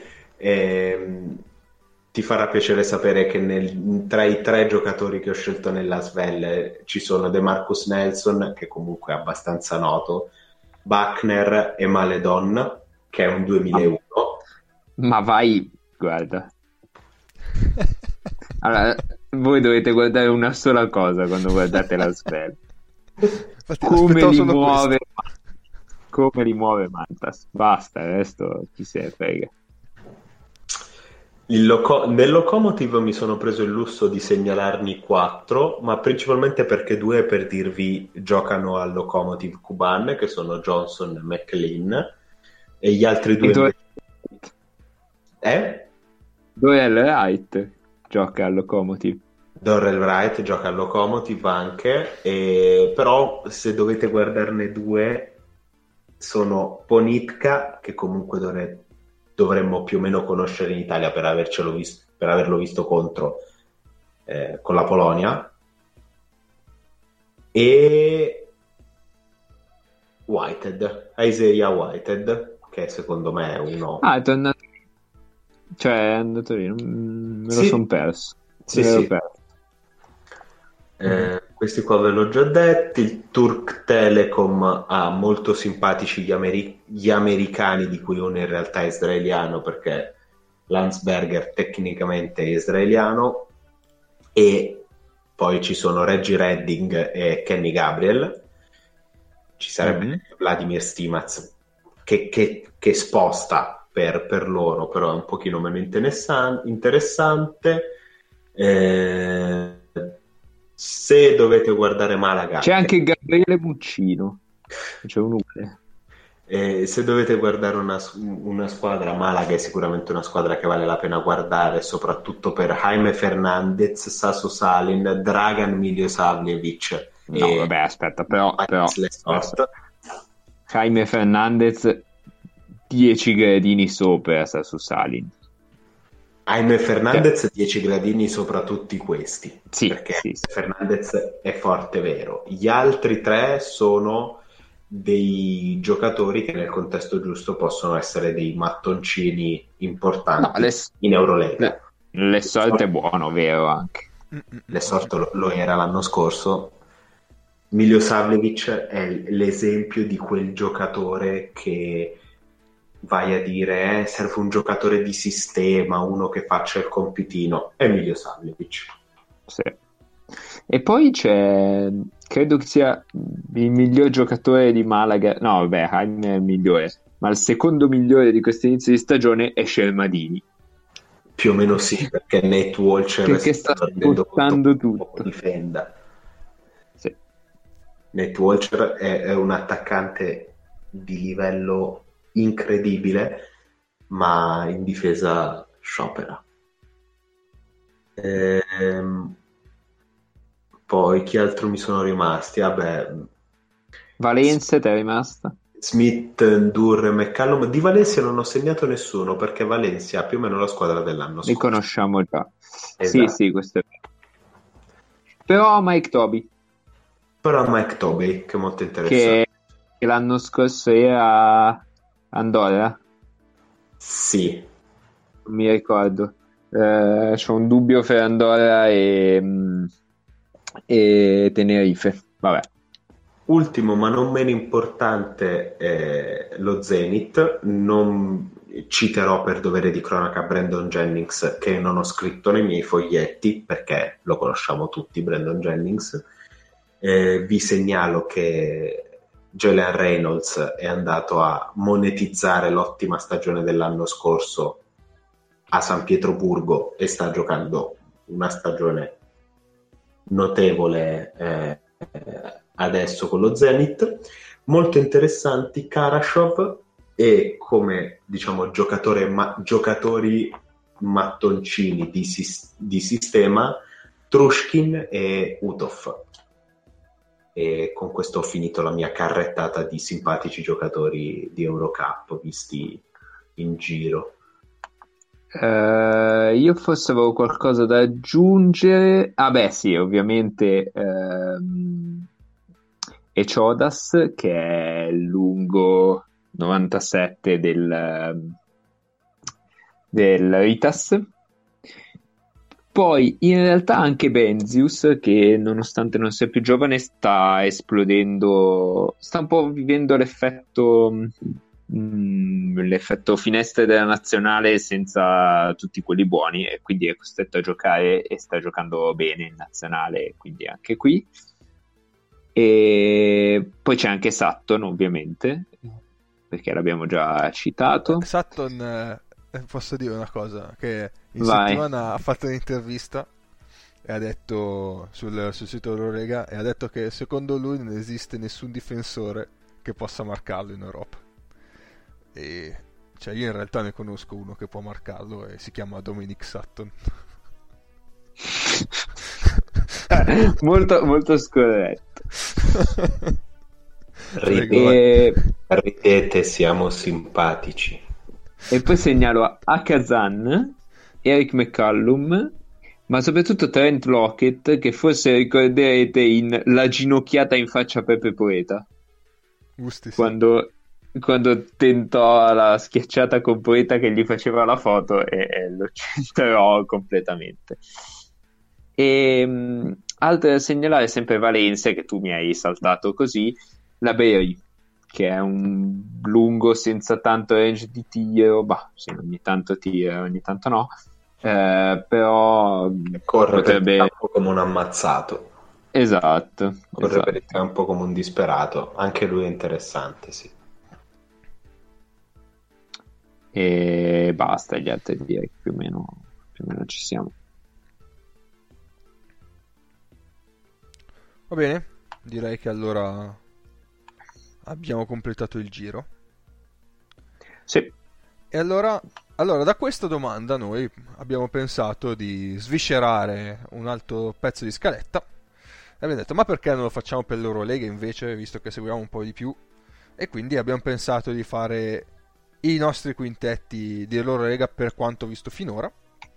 Ti farà piacere sapere che tra i 3 giocatori che ho scelto nella Svel ci sono DeMarcus Nelson, che comunque è abbastanza noto, Buckner e Maledon, che è un 2001. Ma vai, guarda. Allora, voi dovete guardare una sola cosa quando guardate la Svel. Infatti, Come aspettavo li solo muove, questo. come li muove Mantas? Basta, il resto chi se ne frega. Nel Locomotive mi sono preso il lusso di segnalarne 4, ma principalmente perché 2, per dirvi, giocano al Locomotive Kuban, che sono Johnson e McLean, e gli altri 2 E dove, Eh? dove Wright gioca al Locomotive? Dorrell Wright gioca al Locomotive anche, però se dovete guardarne 2 sono Ponitka, che comunque dovremmo più o meno conoscere in Italia per averlo visto con la Polonia, e Isaiah Whitehead, che secondo me è uno... Ah, è tornato, cioè è andato lì, me lo Sì. son perso. Sì, Me l'ero sì. perso. Questi qua ve l'ho già detti. Il Turk Telecom ha molto simpatici gli americani, di cui uno in realtà è israeliano, perché Landsberger tecnicamente è israeliano, e poi ci sono Reggie Redding e Kenny Gabriel. Ci sarebbe Vladimir Stimaz che sposta per loro, però è un pochino meno interessante. Se dovete guardare Malaga, C'è anche Gabriele Muccino, c'è un se dovete guardare una squadra, Malaga è sicuramente una squadra che vale la pena guardare, soprattutto per Jaime Fernandez, Saso Salin, Dragan Miljosavljevic No, e vabbè, aspetta, però Lesort. Jaime Fernandez 10 gradini sopra sta su Salin. Jaime Fernandez 10 gradini sopra tutti questi, Sì, perché sì. Fernandez è forte, vero. Gli altri 3 sono dei giocatori che nel contesto giusto possono essere dei mattoncini importanti in Eurolega. Lesort è buono, vero, anche. Lesort lo era l'anno scorso. Miljosavljevic è l'esempio di quel giocatore che vai a dire serve un giocatore di sistema, uno che faccia il compitino. È Miljosavljevic. Sì. E poi c'è, credo che sia il miglior giocatore di Malaga, no vabbè, Jaime è il migliore, ma il secondo migliore di questo inizio di stagione è Shermadini. Più o meno sì, perché Nate Walcher Perché sta portando tutto. Difenda. Sì. Nate Walcher è un attaccante di livello incredibile, ma in difesa sciopera. Poi chi altro mi sono rimasti? Vabbè, Valencia ti è rimasta? Smith, Ndur e McCallum. Di Valencia non ho segnato nessuno, perché Valencia ha più o meno la squadra dell'anno Li scorso. conosciamo già. Esatto. Sì, questo è vero. Però Mike Toby, Che è molto interessante. che l'anno scorso era Andorra, Sì. non mi ricordo. C'ho un dubbio fra Andorra e Tenerife. Vabbè. Ultimo ma non meno importante è lo Zenit. Non citerò per dovere di cronaca Brandon Jennings, che non ho scritto nei miei foglietti perché lo conosciamo tutti, Brandon Jennings. Vi segnalo che Jalen Reynolds è andato a monetizzare l'ottima stagione dell'anno scorso a San Pietroburgo e sta giocando una stagione notevole adesso con lo Zenit. Molto interessanti Karashov e, come diciamo, giocatori mattoncini di sistema, Trushkin e Utov. E con questo ho finito la mia carrettata di simpatici giocatori di Eurocup visti in giro. Io forse avevo qualcosa da aggiungere. Ah beh sì, ovviamente Echodas, che è il lungo 97 del Ritas. Poi in realtà anche Benzius, che nonostante non sia più giovane sta esplodendo, sta un po' vivendo l'effetto finestre della nazionale senza tutti quelli buoni, e quindi è costretto a giocare e sta giocando bene in nazionale, quindi anche qui. E poi c'è anche Sutton, ovviamente, perché l'abbiamo già citato. Sutton, posso dire una cosa, che in Vai. settimana ha fatto un'intervista e ha detto sul sito Eurolega, e ha detto che secondo lui non esiste nessun difensore che possa marcarlo in Europa. E cioè, io in realtà ne conosco uno che può marcarlo e si chiama Dominic Sutton. Molto, molto scorretto. Ridete, siamo simpatici. E poi segnalo a Kazan, Eric McCallum, ma soprattutto Trent Lockett, che forse ricorderete in La ginocchiata in faccia a Pepe Poeta, Gusti, sì. quando tentò la schiacciata con Poeta che gli faceva la foto e lo centrò completamente. E altro da segnalare, sempre Valencia, che tu mi hai saltato così, la Berry, che è un lungo senza tanto range di tiro, sì, ogni tanto tira, ogni tanto no, però Corre per il potrebbe... campo come un ammazzato. Esatto. Corre per il campo come un disperato. Anche lui è interessante, sì. E basta, gli altri direi che più o meno ci siamo. Va bene, direi che allora abbiamo completato il giro. Sì. E allora da questa domanda noi abbiamo pensato di sviscerare un altro pezzo di scaletta e abbiamo detto: ma perché non lo facciamo per l'Eurolega invece, visto che seguiamo un po' di più? E quindi abbiamo pensato di fare i nostri quintetti di Eurolega per quanto visto finora.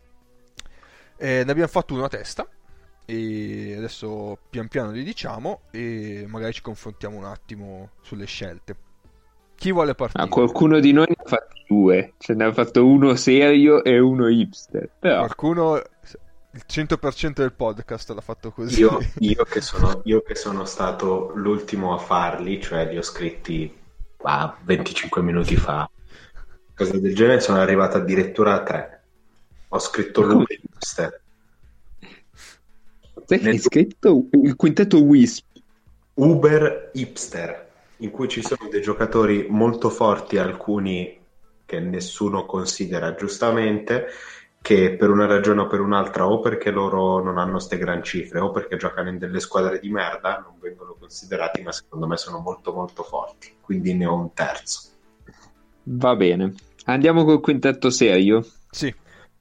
E ne abbiamo fatto uno a testa e adesso pian piano li diciamo e magari ci confrontiamo un attimo sulle scelte. Chi vuole partire? Qualcuno di noi ne ha fatti due, ce ne ha fatto uno serio e uno hipster, però... Qualcuno, il 100% del podcast l'ha fatto così. Io che sono stato l'ultimo a farli, cioè li ho scritti 25 minuti fa, cosa del genere, sono arrivato addirittura a 3. Ho scritto l'Uber hipster. Hai scritto il quintetto Wisp? Uber hipster, in cui ci sono dei giocatori molto forti, alcuni che nessuno considera giustamente, che per una ragione o per un'altra, o perché loro non hanno ste gran cifre, o perché giocano in delle squadre di merda, non vengono considerati, ma secondo me sono molto molto forti, quindi ne ho un terzo. Va bene, andiamo col quintetto serio? Sì.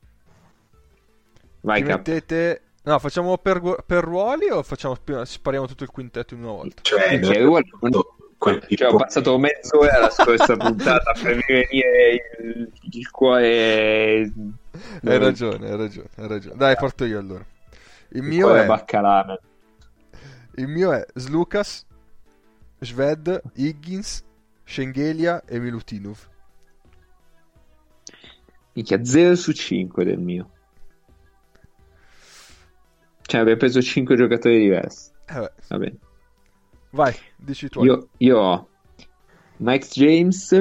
Vai, Cap. Mettete... No, facciamo per ruoli o spariamo tutto il quintetto in una volta? Cioè, ho passato mezz'ora la scorsa puntata per venire il cuore. Hai ragione. Dai, parto io allora. Il mio è Slukas, Shved, Higgins, Schengelia e Milutinov. Minchia, 0 su 5 del mio. Cioè, abbiamo preso 5 giocatori diversi. Va bene. Vai, dici tu. Io ho Mike James.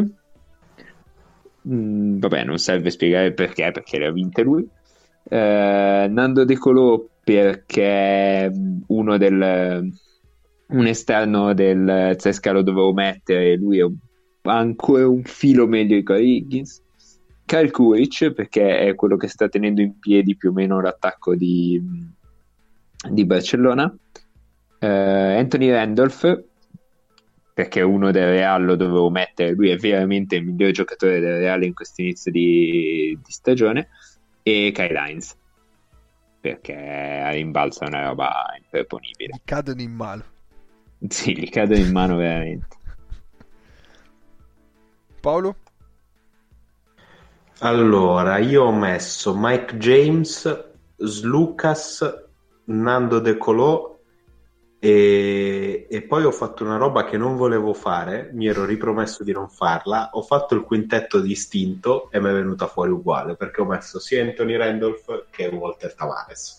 Vabbè, non serve spiegare perché le ha vinte lui. Nando De Colo perché un esterno del CSKA lo dovevo mettere, lui è ancora un filo meglio di Corey Higgins. Kyle Kuric perché è quello che sta tenendo in piedi più o meno l'attacco di Barcellona. Anthony Randolph perché uno del Real lo dovevo mettere, lui è veramente il miglior giocatore del Real in questo inizio di stagione, e Kyle Hines perché rimbalza una roba improponibile, gli cadono in mano. Sì, gli cadono in mano veramente. Paolo? Allora, io ho messo Mike James, Slukas, Nando De Colo e poi ho fatto una roba che non volevo fare, mi ero ripromesso di non farla, ho fatto il quintetto distinto e mi è venuta fuori uguale, perché ho messo sia Anthony Randolph che Walter Tavares,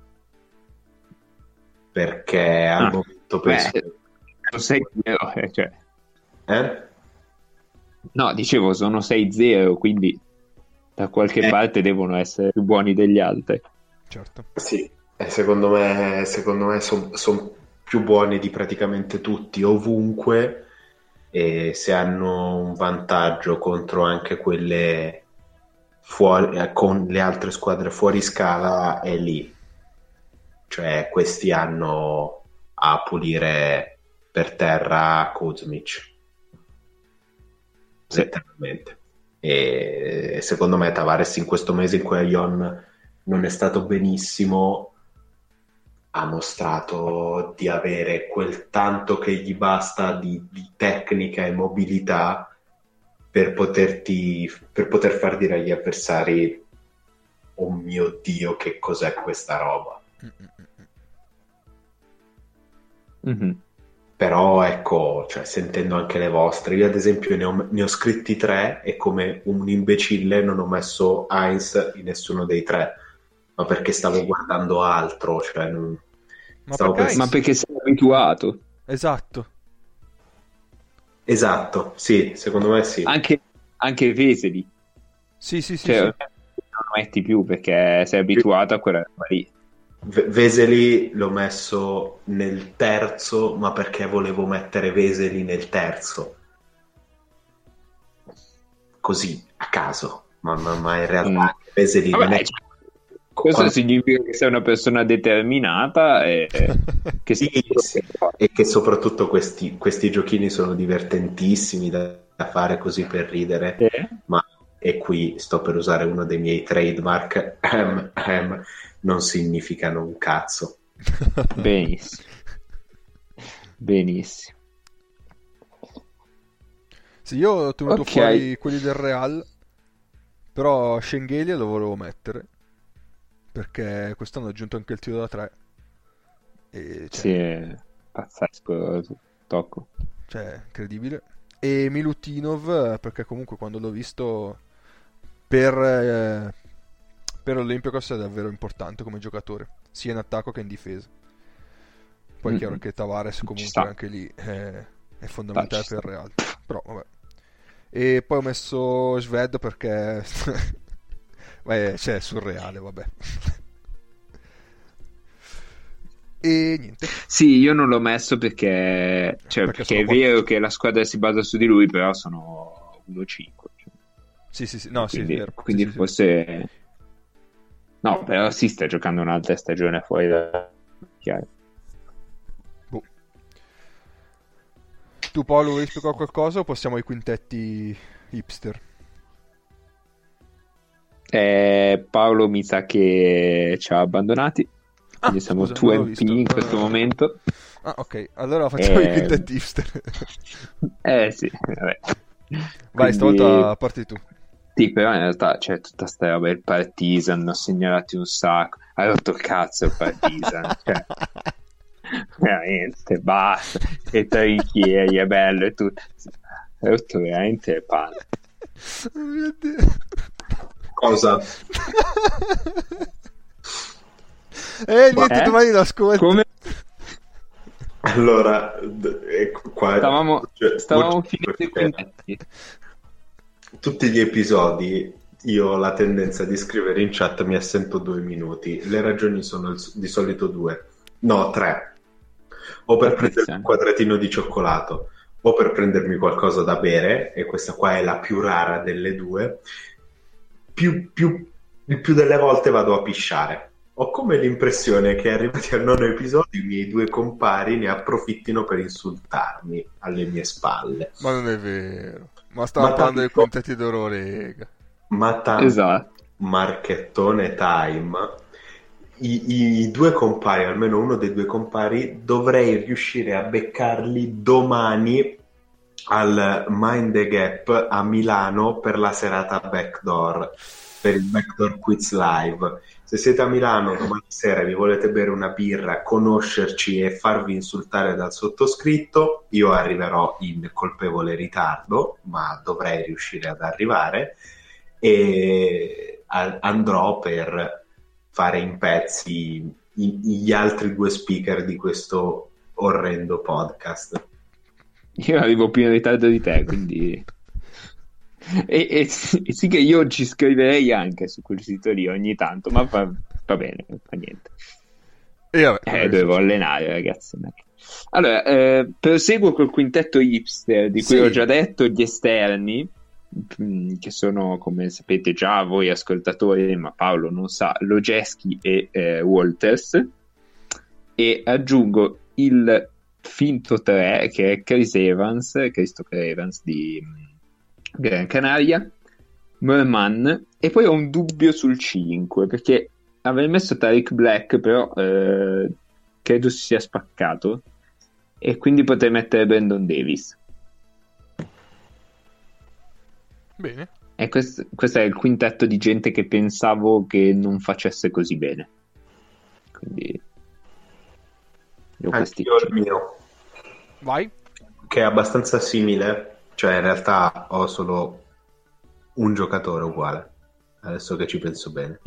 perché al momento penso non sei cioè. Eh? No, dicevo, sono 6-0, quindi da qualche parte devono essere più buoni degli altri. Certo. Sì, secondo me sono più buoni di praticamente tutti ovunque, e se hanno un vantaggio contro anche quelle fuori, con le altre squadre fuori scala, è lì. Cioè, questi hanno a pulire per terra Kuzmic, letteralmente. E secondo me Tavares in questo mese in cui Ion non è stato benissimo ha mostrato di avere quel tanto che gli basta di tecnica e mobilità per poter far dire agli avversari: oh mio Dio, che cos'è questa roba. Mm-hmm. Però ecco, cioè, sentendo anche le vostre, io ad esempio ne ho scritti 3 e come un imbecille non ho messo Heinz in nessuno dei 3, ma perché stavo guardando altro, cioè ma perché sei abituato. Esatto, sì, secondo me sì. Anche Veseli. Sì. Cioè, non lo metti più perché sei abituato a quella roba lì. Veseli l'ho messo nel terzo, ma perché volevo mettere Veseli nel terzo, così a caso, ma in realtà Veseli non è... Questo significa che sei una persona determinata e che sì, e che soprattutto questi giochini sono divertentissimi da fare così per ridere, ma e qui sto per usare uno dei miei trademark, non significano un cazzo. Benissimo. Sì, io ho tenuto fuori quelli del Real, però Schengelia lo volevo mettere perché quest'anno ho aggiunto anche il tiro da 3 e, sì, è pazzesco, tocco, cioè incredibile. E Milutinov perché comunque quando l'ho visto per l'Olympiacos è davvero importante come giocatore, sia in attacco che in difesa. Poi è chiaro che Tavares comunque anche lì è fondamentale per il Real, però vabbè. E poi ho messo Sved perché cioè, è surreale, vabbè. E niente. Sì, io non l'ho messo perché è vero che la squadra si basa su di lui, però sono 1-5. Cioè. Sì, no, quindi, sì, vero. Quindi sì, forse... Sì. No, però si sta giocando un'altra stagione fuori da... Chiaro. Boh. Tu Paolo vuoi spiegare qualcosa o passiamo ai quintetti hipster? Paolo mi sa che ci ha abbandonati, quindi siamo 2MP in questo momento. Ah, ok, allora facciamo i quintetti hipster. Sì, vabbè. Vai, stavolta parti tu. Sì, però in realtà c'è tutta sta roba, il Partizan, ne ho segnalati un sacco, hai rotto il cazzo il Partizan, cioè, veramente, basta, e Tarichieri, è bello e tutto, hai rotto veramente il palle. Oh mio Dio. Cosa? Niente, domani lo ascolto. Come? Allora, qua stavamo finendo i quintetti. Tutti gli episodi io ho la tendenza di scrivere in chat mi assento 2 minuti. Le ragioni sono di solito 3. O per prendermi un quadratino di cioccolato, o per prendermi qualcosa da bere, e questa qua è la più rara delle due. Il più delle volte vado a pisciare. Ho come l'impressione che arrivati al 9° episodio i miei 2 compari ne approfittino per insultarmi alle mie spalle. Ma non è vero. Ma stavo parlando dei quintetti d'Eurolega. Ma tanto esatto. Marchettone time. I 2 compari, almeno uno dei 2 compari, dovrei riuscire a beccarli domani al Mind the Gap a Milano per la serata Backdoor, per il Backdoor Quiz Live. Se siete a Milano domani sera e vi volete bere una birra, conoscerci e farvi insultare dal sottoscritto, io arriverò in colpevole ritardo, ma dovrei riuscire ad arrivare, e andrò per fare in pezzi gli altri 2 speaker di questo orrendo podcast. Io arrivo più in ritardo di te, quindi... E sì che io ci scriverei anche su quel sito lì ogni tanto, ma va bene, fa niente. E vabbè, Dovevo allenare, ragazzi. Allora, proseguo col quintetto hipster, di cui Sì. ho già detto, gli esterni, che sono, come sapete già voi ascoltatori, ma Paolo non sa, Lojeski e Walters, e aggiungo il finto 3, che è Christopher Evans di Gran Canaria, Merman, e poi ho un dubbio sul 5, perché avrei messo Tariq Black, però credo si sia spaccato, e quindi potrei mettere Brandon Davis. Bene. E questo è il quintetto di gente che pensavo che non facesse così bene. Quindi io questi Anch'io il mio, Vai. che è abbastanza simile, cioè in realtà ho solo un giocatore uguale, adesso che ci penso bene.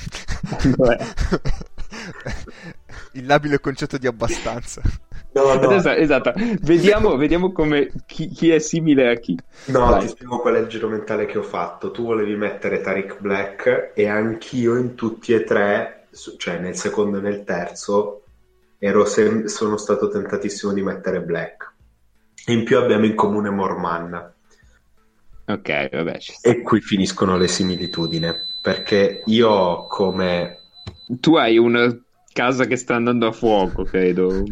Il labile concetto di abbastanza. No, Esatto. Vediamo come chi è simile a chi. no, Vai. ti spiego qual è il giro mentale che ho fatto. Tu volevi mettere Tariq Black e anch'io in tutti e tre, cioè nel secondo e nel terzo, sono stato tentatissimo di mettere Black. In più abbiamo in comune Morman. Ok, vabbè, ci sta. E qui finiscono le similitudini, perché io ho come... Tu hai una casa che sta andando a fuoco, credo.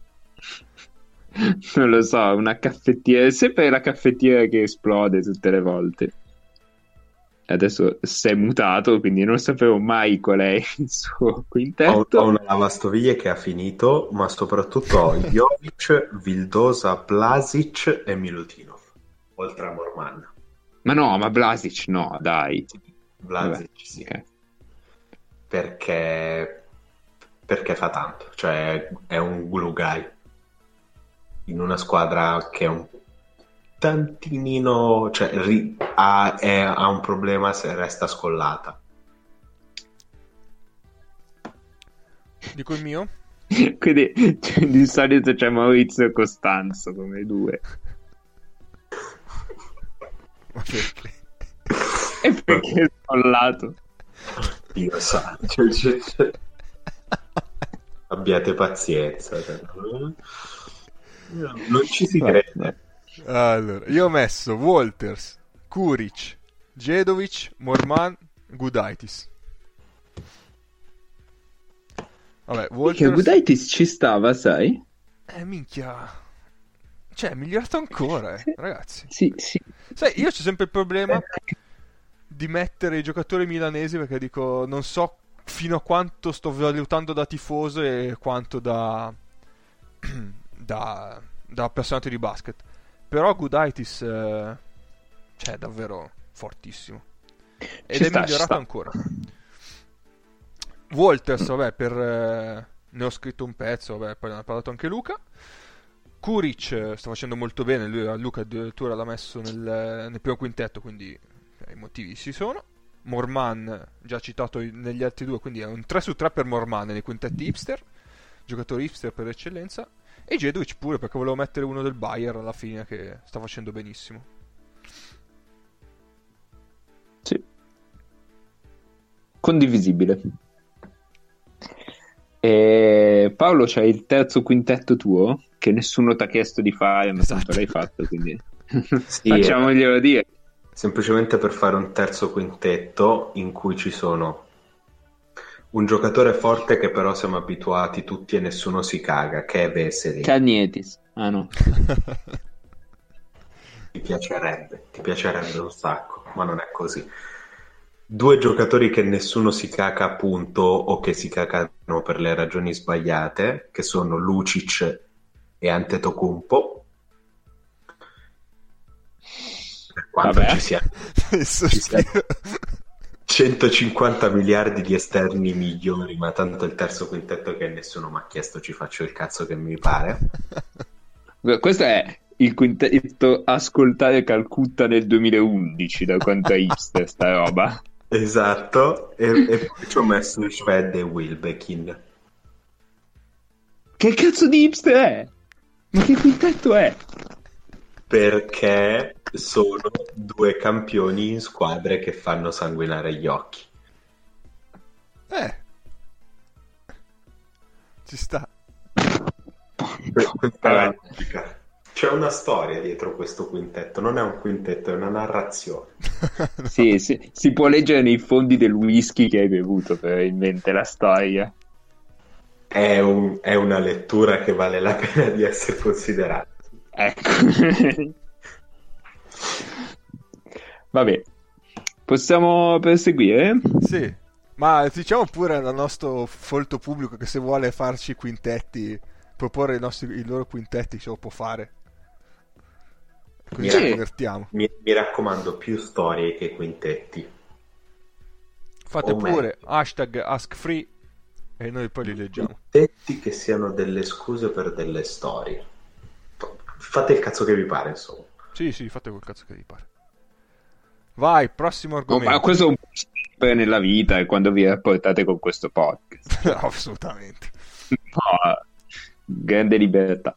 Non lo so, una caffettiera. È sempre la caffettiera che esplode tutte le volte. Adesso si è mutato, quindi non sapevo mai qual è il suo quintetto. Ho una lavastoviglie che ha finito, ma soprattutto ho Jovic, Vildosa, Blasic e Milutinov, oltre a Morman. Ma no, ma Blasic no, dai. Blasic, Vabbè, sì. ok. Perché fa tanto, cioè è un glue guy in una squadra che è un tantinino, cioè ha un problema se resta scollata. Dico il mio? Quindi di solito c'è Maurizio e Costanzo come due. Ma perché? E perché è scollato? Io so. Abbiate pazienza. Non ci si crede. Allora, io ho messo Walters, Kuric, Djedovic, Morman, Gudaitis. Vabbè, Che Walters... Gudaitis ci stava, sai? minchia. Cioè, è migliorato ancora, ragazzi. Sì. Sai, io c'ho sempre il problema di mettere i giocatori milanesi, perché dico, non so fino a quanto sto valutando da tifoso e quanto da appassionato di basket. Però Gudaitis cioè, è davvero fortissimo. Ed è migliorato ancora. Walters, vabbè, ne ho scritto un pezzo, vabbè, poi ne ha parlato anche Luca. Kuric sta facendo molto bene, Luca addirittura l'ha messo nel primo quintetto, quindi i motivi ci sono. Morman, già citato negli altri due, quindi è un 3/3 per Morman nei quintetti hipster, giocatore hipster per eccellenza. E Djedovic pure, perché volevo mettere uno del Bayern alla fine, che sta facendo benissimo. Sì. Condivisibile. E Paolo, c'hai il terzo quintetto tuo che nessuno ti ha chiesto di fare, ma tanto l'hai fatto, quindi Sì, facciamoglielo dire. semplicemente per fare un terzo quintetto in cui ci sono un giocatore forte che però siamo abituati tutti e nessuno si caga, che è Vesely. Cagnetis. Ah no. Ti piacerebbe un sacco, ma non è così. Due giocatori che nessuno si caca, appunto, o che si cacano per le ragioni sbagliate, che sono Lucic e Antetokounmpo. Per quanto Vabbè. ci sia 150 miliardi di esterni migliori, ma tanto il terzo quintetto che nessuno mi ha chiesto, ci faccio il cazzo che mi pare. Questo è il quintetto ascoltare Calcutta nel 2011, da quanto è hipster sta roba. Esatto, e poi ci ho messo Shved e Wilbekin. Che cazzo di hipster è? Ma che quintetto è? Perché sono due campioni in squadre che fanno sanguinare gli occhi. Ci sta. Questa è la logica. C'è una storia dietro questo quintetto, non è un quintetto, è una narrazione. No. Sì, si può leggere nei fondi del whisky che hai bevuto, probabilmente, la storia. È una lettura che vale la pena di essere considerata. Ecco. Vabbè, possiamo proseguire? Sì, ma diciamo pure al nostro folto pubblico che se vuole farci quintetti, proporre i loro quintetti, ce lo può fare. Così ci Sì. divertiamo. Mi raccomando, più storie che quintetti. Fate O pure meglio, hashtag AskFree e noi poi li leggiamo. quintetti che siano delle scuse per delle storie. Fate il cazzo che vi pare, insomma. Sì, fate quel cazzo che vi pare. Vai, prossimo Oh, argomento. ma questo è un po' sempre nella vita e quando vi rapportate con questo podcast. No, assolutamente. No, grande libertà.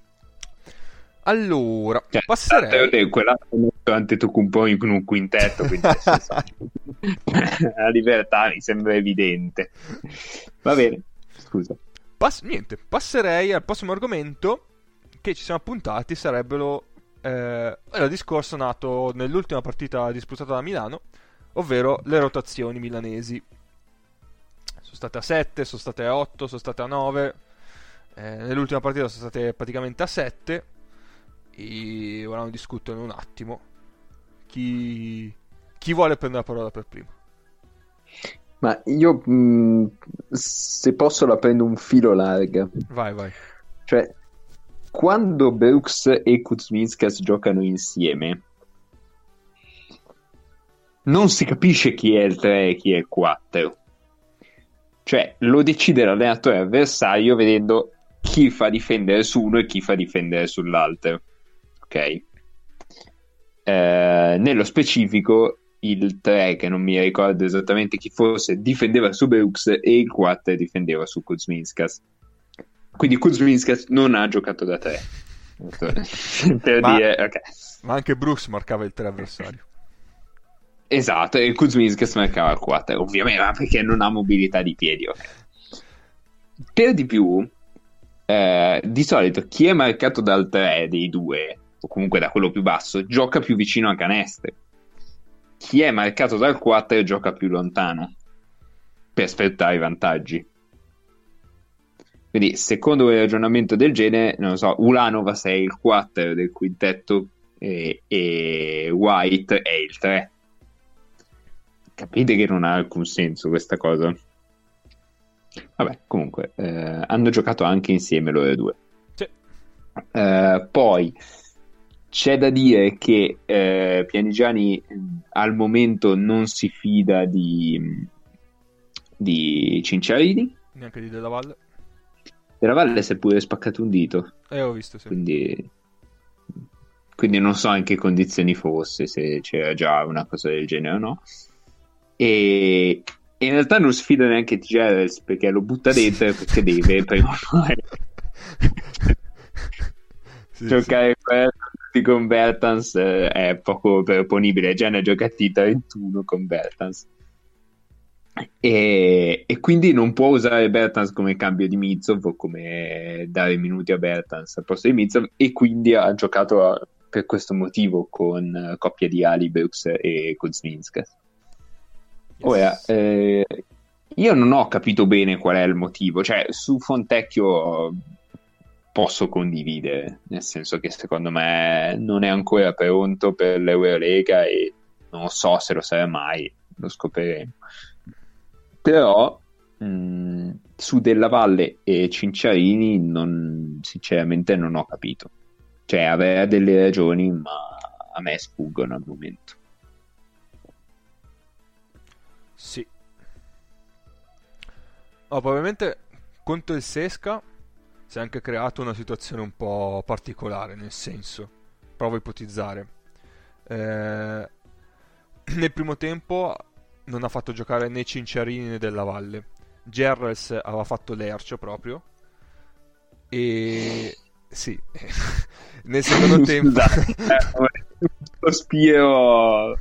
Allora, Cioè, passerei. quella Antetokounmpo in un quintetto, quindi nel senso, la libertà mi sembra evidente. Va bene, scusa. Niente, passerei al prossimo argomento che ci siamo appuntati, sarebbero il discorso nato nell'ultima partita disputata da Milano, ovvero le rotazioni milanesi. Sono state a 7, sono state a 8, sono state a 9, nell'ultima partita sono state praticamente a 7 e ora ne discutono un attimo. Chi vuole prendere la parola per primo? Ma io, se posso, la prendo un filo larga. Vai. Cioè, quando Brooks e Kuzminskas giocano insieme, non si capisce chi è il 3 e chi è il 4. Cioè, lo decide l'allenatore avversario vedendo chi fa difendere su uno e chi fa difendere sull'altro. Ok? Nello specifico, il 3, che non mi ricordo esattamente chi fosse, difendeva su Brooks e il 4 difendeva su Kuzminskas. Quindi Kuzminskas non ha giocato da 3. Per dire, ok. Ma anche Brooks marcava il 3 avversario. Esatto, e Kuzminskas marcava il 4, ovviamente, ma perché non ha mobilità di piedi. Okay. Per di più, di solito chi è marcato dal 3 dei due, o comunque da quello più basso, gioca più vicino a canestro. Chi è marcato dal 4 gioca più lontano per sfruttare i vantaggi. Quindi, secondo un ragionamento del genere, non lo so, Ulanova è il 4 del quintetto e White è il 3. Capite che non ha alcun senso questa cosa? Vabbè, comunque, hanno giocato anche insieme loro due. Sì. Poi c'è da dire che Pianigiani al momento non si fida di Cinciarini. Neanche di Della Valle. Della Valle si è pure spaccato un dito. Ho visto, sì. Quindi non so in che condizioni fosse, se c'era già una cosa del genere o no. E in realtà non sfida neanche Tigeres perché lo butta dentro perché deve prima o poi giocare con Bertans è poco proponibile. Già ne ha giocati 31 con Bertans e quindi non può usare Bertans come cambio di Mizov o come dare minuti a Bertans al posto di Mizov, e quindi ha giocato per questo motivo con coppia di ali Brooks e Kuzminskas. Ora, io non ho capito bene qual è il motivo, cioè su Fontecchio posso condividere, nel senso che secondo me non è ancora pronto per l'Eurolega e non so se lo sarà mai, lo scopriremo. Però su Della Valle e Cinciarini sinceramente non ho capito, cioè aveva delle ragioni ma a me sfuggono al momento. Sì. Probabilmente contro il Sesca si è anche creata una situazione un po' particolare, nel senso, provo a ipotizzare. Nel primo tempo non ha fatto giocare né Cinciarini né Della Valle. Gerrels aveva fatto l'ercio proprio. E sì, nel secondo tempo lo spiro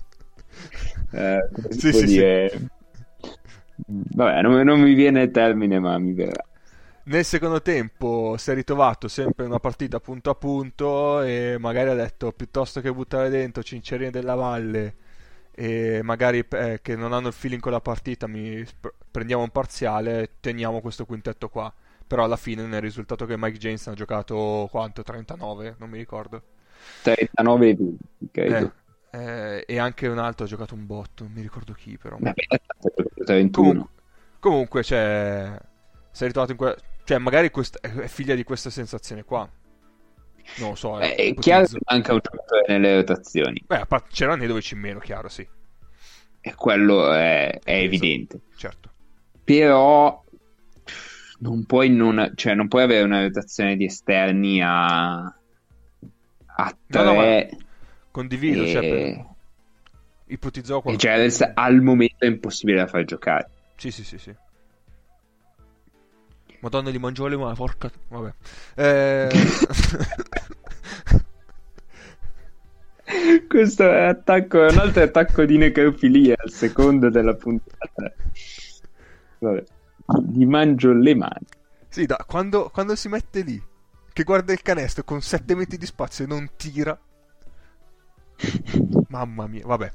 sì. Vabbè, non mi viene il termine, ma mi verrà. nel secondo tempo si è ritrovato sempre una partita punto a punto e magari ha detto piuttosto che buttare dentro Cincerini della Valle e magari che non hanno il feeling con la partita prendiamo un parziale, teniamo questo quintetto qua. Però alla fine nel risultato che Mike James ha giocato quanto? 39? Non mi ricordo. 39 punti, credo. E anche un altro ha giocato un botto, non mi ricordo chi però. Vabbè, 31. Comunque cioè, si è ritrovato cioè magari è figlia di questa sensazione qua. Non lo so. È chiaro che manca un giocatore nelle rotazioni. Beh, c'era Nedovic in meno, chiaro, sì. E quello è evidente. Certo. Però non puoi avere una rotazione di esterni a 3. No, condivido, cioè, ipotizzavo qualcosa. Cioè, al momento è impossibile da far giocare. Sì. Madonna, li mangio le mani, porca. Vabbè. Questo è un altro attacco di necrofilia al secondo della puntata. Vabbè. Gli mangio le mani. Sì, quando si mette lì, che guarda il canestro con 7 metri di spazio e non tira. Mamma mia, vabbè.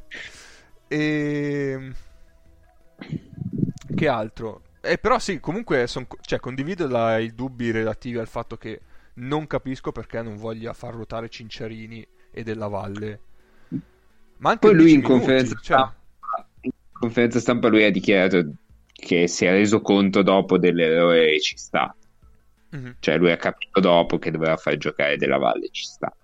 Che altro? Però sì, comunque condivido i dubbi relativi al fatto che non capisco perché non voglia far ruotare Cinciarini e Della Valle. Ma anche poi lui in conferenza stampa lui ha dichiarato che si è reso conto dopo dell'errore e ci sta. Mm-hmm. Cioè lui ha capito dopo che doveva far giocare Della Valle, ci sta.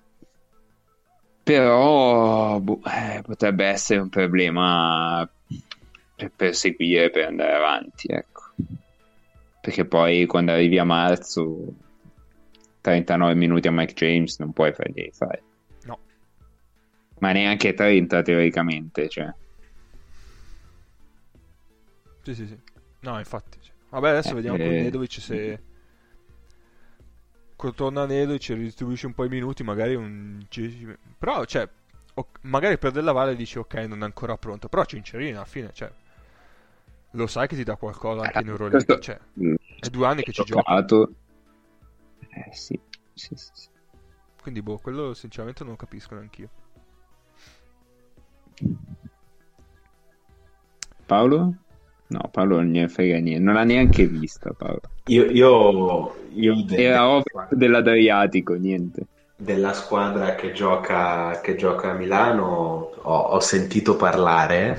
Però potrebbe essere un problema per perseguire, per andare avanti, ecco. Perché poi quando arrivi a marzo 39 minuti a Mike James non puoi fargli fare. No. Ma neanche 30 teoricamente, cioè. Sì. No, infatti. Vabbè, adesso vediamo con Nedovic se torna Nedovic e ridistribuisce un po' i minuti, magari però, cioè, magari per Della Valle dici ok, non è ancora pronto, però Cincerini alla fine, cioè, lo sai che ti dà qualcosa anche in Eurolega, cioè, è 2 anni che ci gioca. Sì. Quindi, quello sinceramente non lo capisco neanch'io. Paolo? No, Paolo non ne frega niente, non l'ha neanche vista Paolo. Io era ovvio dell'Adriatico, niente. Della squadra che gioca a Milano ho sentito parlare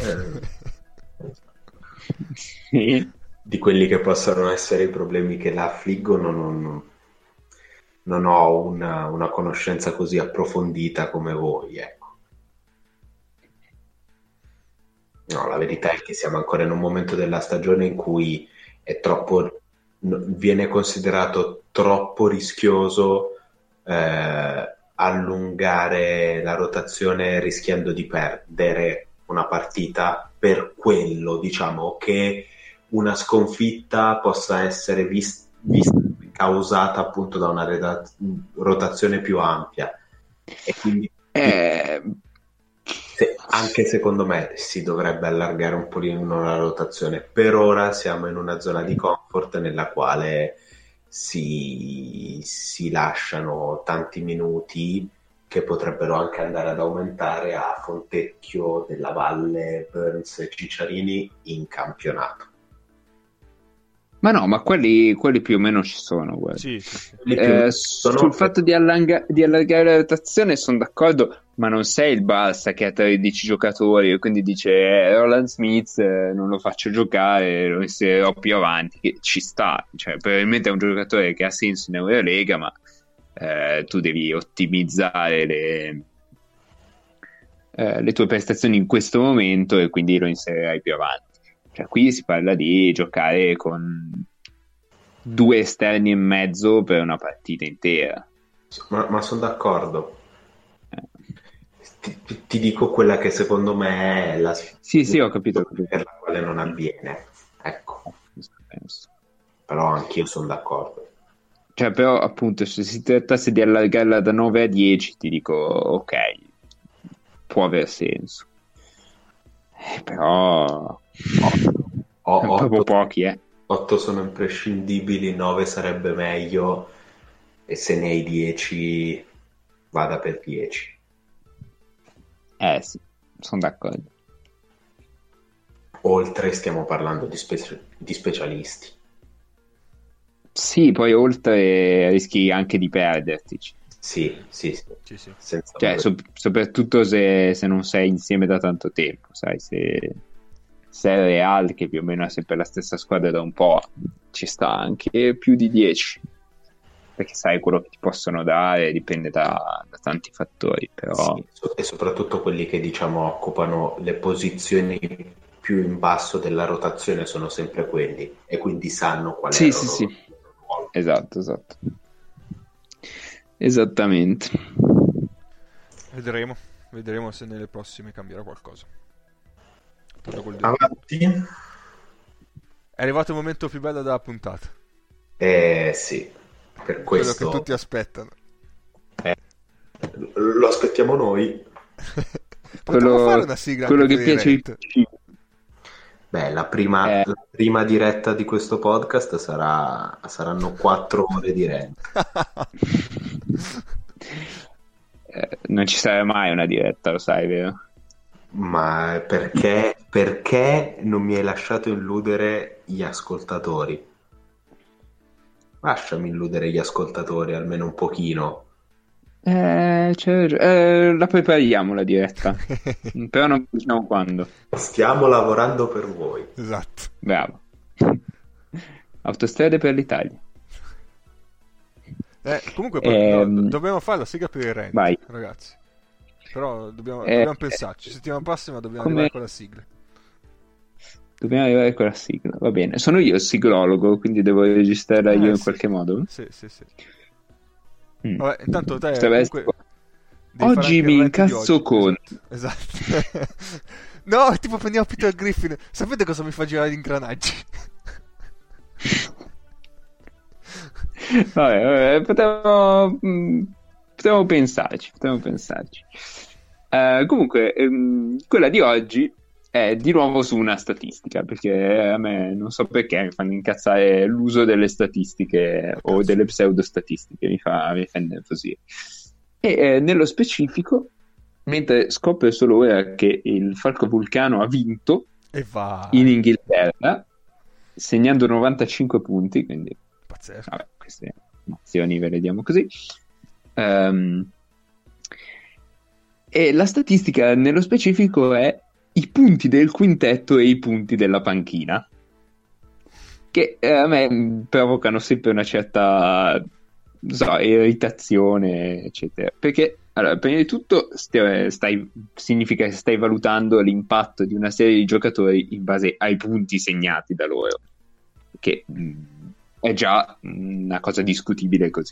sì. Di quelli che possono essere i problemi che la affliggono. Non ho una conoscenza così approfondita come voi, ecco. No, la verità è che siamo ancora in un momento della stagione in cui viene considerato troppo rischioso allungare la rotazione rischiando di perdere una partita per quello, diciamo, che una sconfitta possa essere vista causata appunto da una rotazione più ampia. E quindi anche secondo me si dovrebbe allargare un pochino la rotazione. Per ora siamo in una zona di comfort nella quale si lasciano tanti minuti che potrebbero anche andare ad aumentare a Fontecchio, Della Valle, Burns e Cicciarini in campionato. Ma no, ma quelli più o meno ci sono, guarda. Sì. Sul fatto di allargare la rotazione sono d'accordo, ma non sei il Barça che ha 13 giocatori e quindi dice Roland Smith non lo faccio giocare, lo inserirò più avanti, che ci sta, cioè probabilmente è un giocatore che ha senso in Eurolega, ma tu devi ottimizzare le tue prestazioni in questo momento e quindi lo inserirai più avanti. Cioè, qui si parla di giocare con 2 esterni e mezzo per una partita intera. Ma sono d'accordo. Ti dico quella che secondo me è la sì, ho capito. Per la quale non avviene. Ecco. Però anch'io sono d'accordo. Cioè, però, appunto, se si trattasse di allargarla da 9 a 10, ti dico, ok, può aver senso. Però... proprio pochi, 8 sono imprescindibili, 9 sarebbe meglio, e se ne hai 10 vada per 10. Sì, sono d'accordo. Oltre stiamo parlando di specialisti. Sì, poi oltre rischi anche di perderti. Sì. Sì. Senza Cioè, soprattutto se non sei insieme da tanto tempo, sai, se il Real, che più o meno è sempre la stessa squadra da un po', ci sta anche più di 10, perché sai quello che ti possono dare dipende da tanti fattori, però Sì, e soprattutto quelli che diciamo occupano le posizioni più in basso della rotazione sono sempre quelli, e quindi sanno qual è il loro ruolo. Esatto. Esattamente. Vedremo se nelle prossime cambierà qualcosa. Avanti. È arrivato il momento più bello della puntata. Sì, per Quello questo che tutti aspettano. lo aspettiamo noi. Potremmo fare una sigla quello anche che per i piace di rant. più. Beh, la prima diretta di questo podcast saranno 4 ore di rant. Non ci sarà mai una diretta, lo sai, vero? Ma perché non mi hai lasciato illudere gli ascoltatori? Lasciami illudere gli ascoltatori almeno un pochino. La prepariamo la diretta, però non diciamo quando. Stiamo lavorando per voi. Esatto. Bravo. Autostrade per l'Italia. Comunque Ehm, dobbiamo fare la sigla per i rant, vai. ragazzi. Però dobbiamo pensarci. Settimana prossima dobbiamo come- arrivare con la sigla. Dobbiamo arrivare con la sigla, va bene. Sono io il siglologo, quindi devo registrarla io in Sì. qualche modo. Sì. Mm. Vabbè, intanto te Potrebbe comunque essere- devi fare Oggi anche mi il rant di incazzo oggi. con- Esatto. No, tipo prendiamo Peter Griffin. Sapete cosa mi fa girare gli ingranaggi? Vabbè, potremmo pensarci. Comunque, quella di oggi è di nuovo su una statistica, perché a me non so perché mi fanno incazzare l'uso delle statistiche o delle pseudostatistiche, mi fa nervosire. E nello specifico, mentre scopre solo ora che il Falco Vulcano ha vinto E va. in Inghilterra, segnando 95 punti, quindi Pazzesco. vabbè, queste nazioni ve le diamo così. E la statistica nello specifico è i punti del quintetto e i punti della panchina, che a me provocano sempre una certa, non so, irritazione, eccetera. Perché, allora, prima di tutto significa che stai valutando l'impatto di una serie di giocatori in base ai punti segnati da loro, che è già una cosa discutibile così.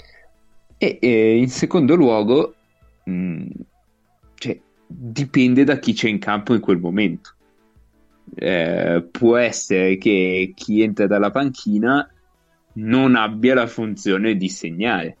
E in secondo luogo, cioè, dipende da chi c'è in campo in quel momento. Può essere che chi entra dalla panchina non abbia la funzione di segnare,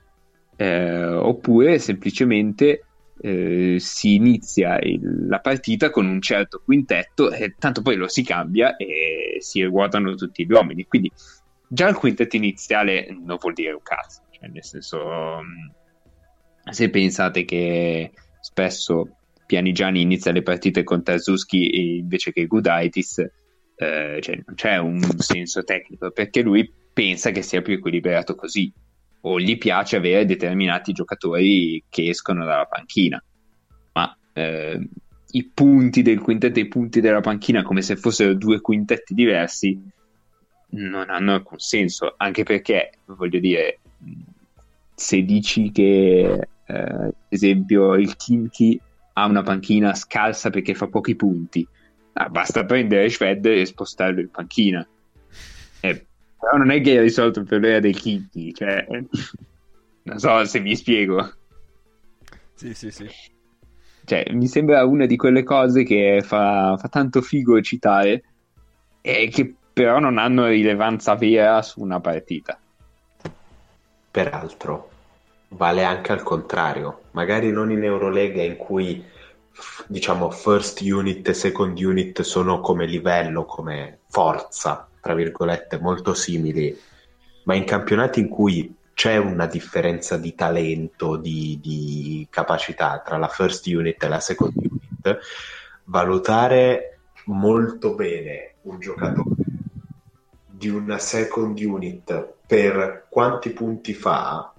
oppure semplicemente si inizia la partita con un certo quintetto e tanto poi lo si cambia e si ruotano tutti gli uomini, quindi già il quintetto iniziale non vuol dire un cazzo, cioè, nel senso, se pensate che spesso Pianigiani inizia le partite con Tarzuski invece che Gudaitis, cioè non c'è un senso tecnico, perché lui pensa che sia più equilibrato così, o gli piace avere determinati giocatori che escono dalla panchina, ma i punti del quintetto e i punti della panchina come se fossero due quintetti diversi non hanno alcun senso, anche perché, voglio dire, se dici che ad esempio il Kimchi ha una panchina scarsa perché fa pochi punti, basta prendere Shved e spostarlo in panchina, però non è che hai risolto il problema del Kimchi, cioè, non so se mi spiego. Sì. Cioè, mi sembra una di quelle cose che fa tanto figo citare e che però non hanno rilevanza vera su una partita. Peraltro, vale anche al contrario, magari non in Eurolega in cui diciamo first unit e second unit sono come livello, come forza, tra virgolette, molto simili, ma in campionati in cui c'è una differenza di talento, di capacità tra la first unit e la second unit, valutare molto bene un giocatore di una second unit per quanti punti fa,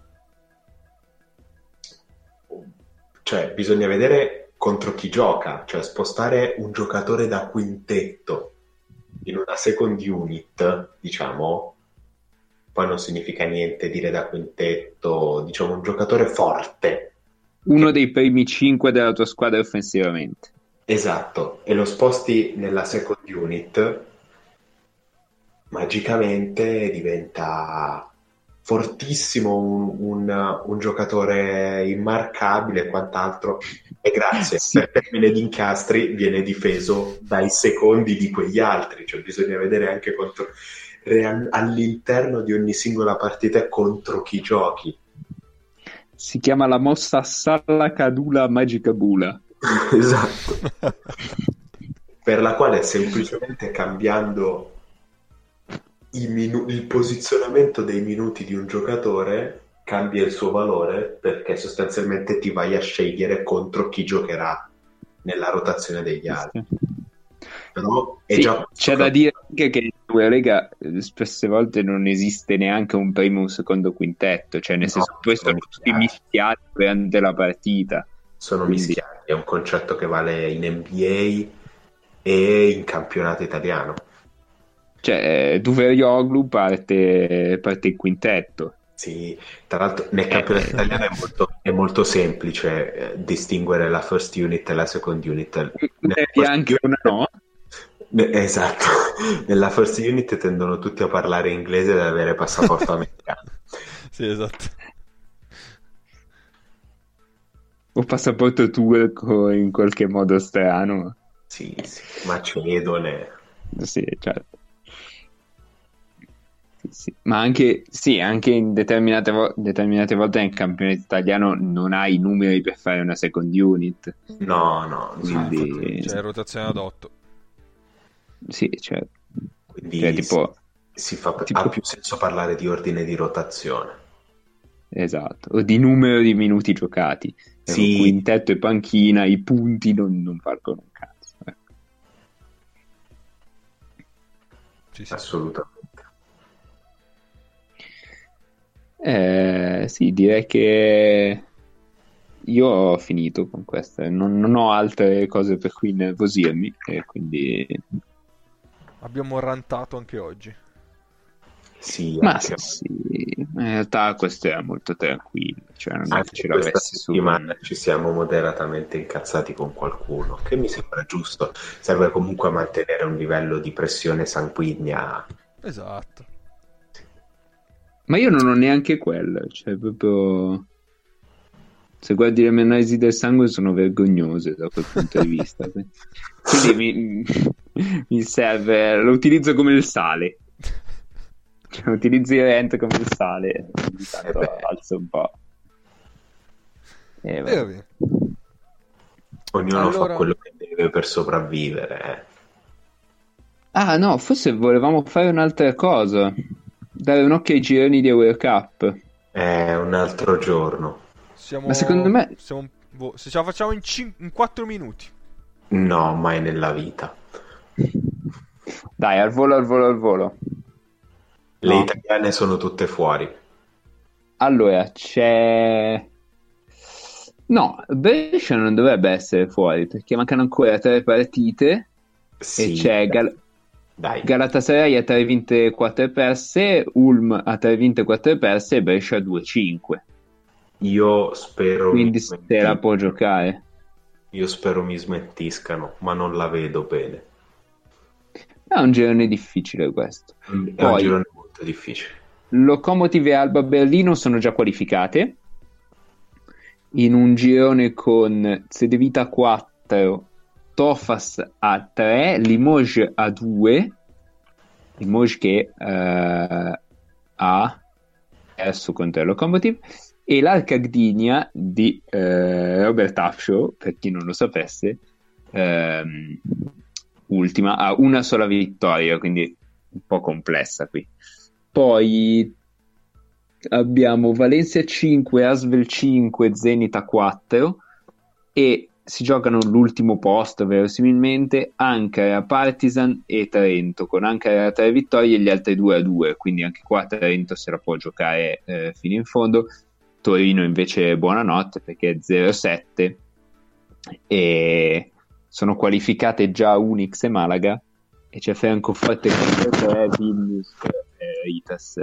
cioè bisogna vedere contro chi gioca, cioè spostare un giocatore da quintetto in una second unit, diciamo, poi non significa niente dire da quintetto, diciamo un giocatore forte. Uno dei primi 5 della tua squadra offensivamente. Esatto, e lo sposti nella second unit, magicamente diventa fortissimo, un giocatore immarcabile e quant'altro, e grazie, Sì. per termine di incastri viene difeso dai secondi di quegli altri, cioè bisogna vedere anche all'interno di ogni singola partita contro chi giochi. Si chiama la mossa Salla Kadula Magica Bula. Esatto. Per la quale semplicemente cambiando il posizionamento dei minuti di un giocatore cambia il suo valore, perché sostanzialmente ti vai a scegliere contro chi giocherà nella rotazione degli altri. Però è Sì, già c'è da dire anche che in Eurolega spesse volte non esiste neanche un primo o un secondo quintetto, cioè nel senso poi sono tutti mischiati durante la partita. Sono Quindi- mischiati, è un concetto che vale in NBA e in campionato italiano. Cioè Duverioglu parte in quintetto. Sì, tra l'altro nel campionato italiano è molto semplice distinguere la first unit e la second unit. Una bianca e una no. Esatto, nella first unit tendono tutti a parlare inglese ed avere passaporto americano. Sì, esatto. O passaporto turco in qualche modo strano. Sì, macedone. Sì, certo. Sì. Ma anche in determinate volte nel campionato italiano non hai i numeri per fare una second unit. No, Quindi C'è rotazione ad 8. sì, certo. quindi Cioè, tipo, ha più senso parlare di ordine di rotazione. esatto, o di numero di minuti giocati. Sì. Quintetto e panchina, i punti non valgono un cazzo. Sì. Assolutamente. Sì, direi che io ho finito con queste, non ho altre cose per cui nervosirmi, e quindi Abbiamo rantato anche oggi. Sì, ma anche sì, in realtà questo era molto tranquillo, cioè non è che anche ce questa l'avessi su. settimana ci siamo moderatamente incazzati con qualcuno, che mi sembra giusto. Serve comunque a mantenere un livello di pressione sanguigna. Esatto. Ma io non ho neanche quello, cioè proprio se guardi le mie analisi del sangue sono vergognose da quel punto di vista. Quindi mi serve, lo utilizzo come il sale. Cioè, utilizzi il rent come il sale, ogni tanto alzo un po'. Vabbè. Ognuno Allora- fa quello che deve per sopravvivere. Ah no, forse volevamo fare un'altra cosa, dare un occhio ai gironi di World Cup. È un altro giorno. Ma secondo me- se ce la facciamo in 4 minuti. No, mai nella vita. Dai, al volo. Le No. italiane sono tutte fuori. Allora, c'è... No, Brescia non dovrebbe essere fuori, perché mancano ancora 3 partite Sì, e c'è dai. Galatasaray a 3 vinte e 4 perse, Ulm a 3 vinte e 4 perse e Brescia a 2-5. Io spero Quindi se la può giocare. Io spero mi smentiscano, ma non la vedo bene. È un girone difficile questo. È un Poi girone molto difficile. Lokomotiv e Alba Berlino sono già qualificate in un girone con Cedevita a 4, Tofas a 3, Limoges a 2, Limoges che ha perso contro il Lokomotiv, e l'Arca Gdynia di Robert Afshaw, per chi non lo sapesse, ultima, ha una sola vittoria, quindi un po' complessa qui. Poi abbiamo Valencia 5, Asvel 5, Zenit 4 e si giocano l'ultimo posto verosimilmente Ankara, Partizan e Trento, con Ankara a 3 vittorie e gli altri 2-2, quindi anche qua Trento se la può giocare fino in fondo. Torino invece buonanotte perché è 0-7 e sono qualificate già Unix e Malaga e c'è Francoforte 3, Vilnius Itas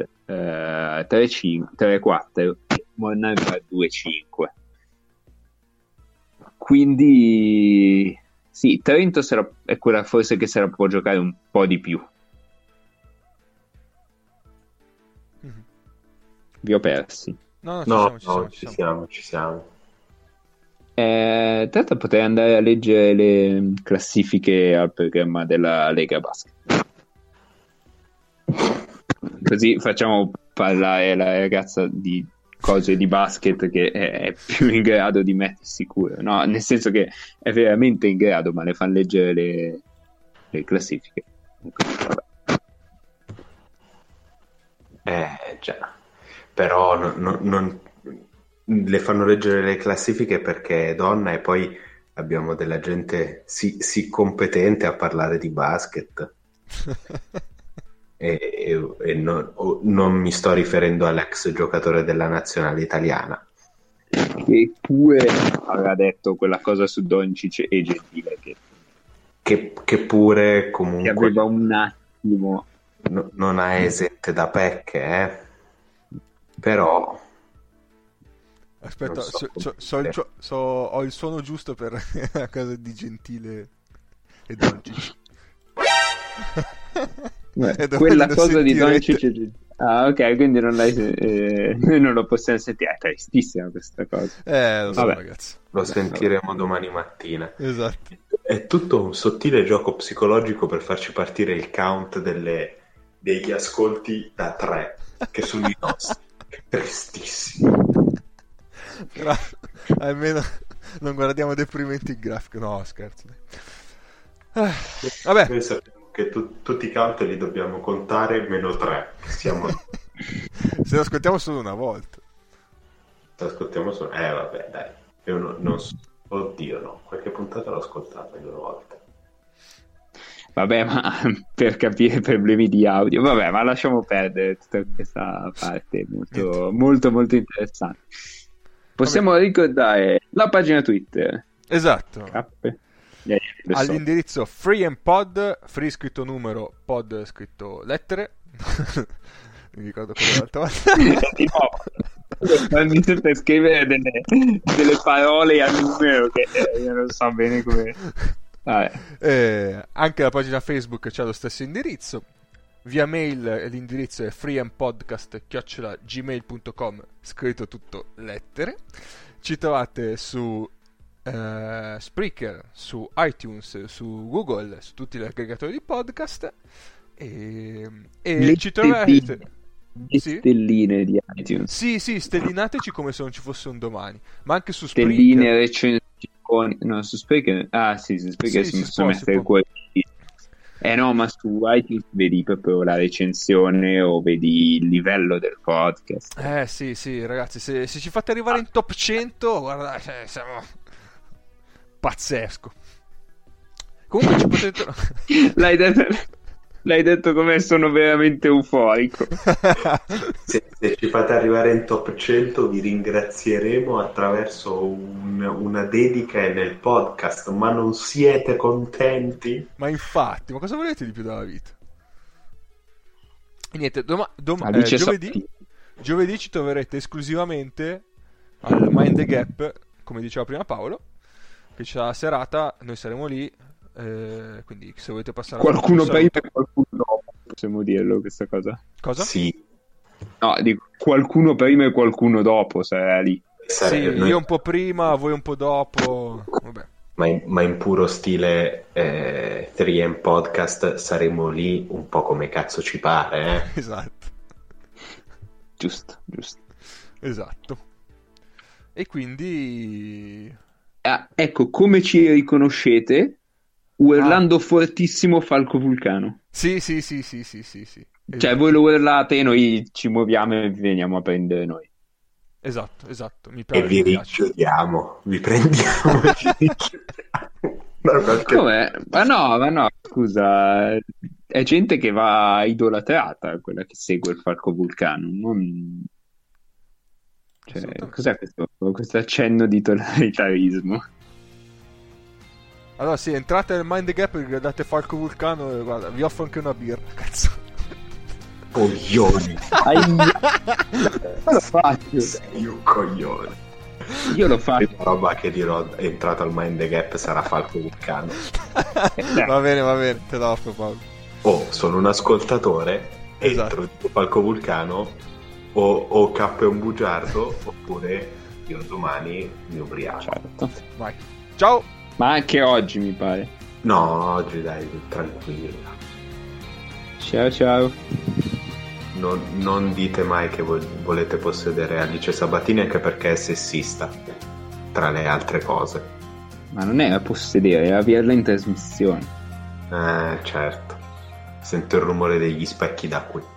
3-4 e Monza 2-5. Quindi sì, Trento è quella forse che se la può giocare un po' di più. Vi ho persi. No, ci siamo. Tra l'altro potrei andare a leggere le classifiche al programma della Lega Basket. Così facciamo parlare la ragazza di cose di basket che è più in grado di mettersi sicuro. No, nel senso che è veramente in grado, ma le fanno leggere le classifiche. Già. Però non le fanno leggere le classifiche perché è donna e poi abbiamo della gente sì competente a parlare di basket. e non mi sto riferendo all'ex giocatore della nazionale italiana che pure aveva detto quella cosa su Doncic e Gentile che pure comunque che aveva un attimo non ha esente da pecche però aspetta, ho il suono giusto per la cosa di Gentile e Doncic. Quella cosa di Doncic. Ah, ok, quindi non noi non lo possiamo sentire. È tristissima questa cosa. Lo so, ragazzi. Lo sentiremo domani mattina. Esatto. È tutto un sottile gioco psicologico per farci partire il count degli ascolti da 3, che sono i nostri. Tristissimi. Però almeno non guardiamo deprimenti il grafico. No, scherzo. Vabbè. Noi sappiamo che tutti i count li dobbiamo contare meno 3. Siamo... Se lo ascoltiamo solo una volta. Se lo ascoltiamo solo... vabbè, dai. Io non so... Oddio, no. Qualche puntata l'ho ascoltata 2 volte. Vabbè, ma per capire problemi di audio. Vabbè, ma lasciamo perdere tutta questa parte molto interessante. Possiamo ricordare la pagina Twitter. Esatto. All'indirizzo FreeandPod, free scritto numero, pod scritto lettere. Mi ricordo quello l'altra volta. Mi sento scrivere delle parole a numero che io non so bene come. Anche la pagina Facebook c'ha lo stesso indirizzo. Via mail l'indirizzo è freeandpodcast@gmail.com, scritto tutto lettere. Ci trovate su Spreaker, su iTunes, su Google, su tutti gli aggregatori di podcast e ci trovate stelline di iTunes. Sì, stellinateci come se non ci fosse un domani, ma anche su stelline, Spreaker. No, su Spreaker su Spreaker si possono mettere quelli. No, ma su iTunes vedi proprio la recensione o vedi il livello del podcast. Sì, ragazzi, se ci fate arrivare in top 100, guarda, siamo pazzesco. Comunque ci potete... L'hai detto come sono veramente euforico. Se ci fate arrivare in top 100 vi ringrazieremo attraverso una dedica nel podcast, ma non siete contenti? Ma infatti, ma cosa volete di più dalla vita? E niente, giovedì ci troverete esclusivamente al Mind the Gap, come diceva prima Paolo, che c'è la serata, noi saremo lì. Quindi se volete passare qualcuno prima e qualcuno dopo, possiamo dirlo questa cosa? Sì. No, dico qualcuno prima e qualcuno dopo sarà lì. Sì, io un po' prima, voi un po' dopo. Vabbè. Ma in puro stile 3M Podcast saremo lì un po' come cazzo ci pare, Esatto. Giusto. Esatto. E quindi ecco, come ci riconoscete? urlando fortissimo Falco Vulcano. Sì. Cioè, voi lo urlate e noi ci muoviamo e vi veniamo a prendere noi. Esatto, mi E piace. vi mi piace. richiudiamo, vi prendiamo e vi richiudiamo. Da qualche- Come? Ma no, scusa, è gente che va idolatrata, quella che segue il Falco Vulcano, non... Cioè, Assolutamente. cos'è questo accenno di totalitarismo? Allora sì, entrate nel Mind the Gap e gridate Falco Vulcano e guarda, vi offro anche una birra, cazzo. Coglioni, Lo faccio, sei un coglione. io lo La faccio. prima roba che dirò entrato al Mind the Gap sarà Falco Vulcano. Va bene, te la offro, Paolo. O sono un ascoltatore, Esatto. entro tipo Falco Vulcano, o K è un bugiardo, oppure io domani mi ubriaco. Certo. Vai. Ciao! Ma anche oggi mi pare. No, oggi dai, tranquilla. Ciao. Non dite mai che volete possedere Alice Sabatini, anche perché è sessista, tra le altre cose. Ma non è a possedere, è averla in trasmissione. Certo. Sento il rumore degli specchi da qui.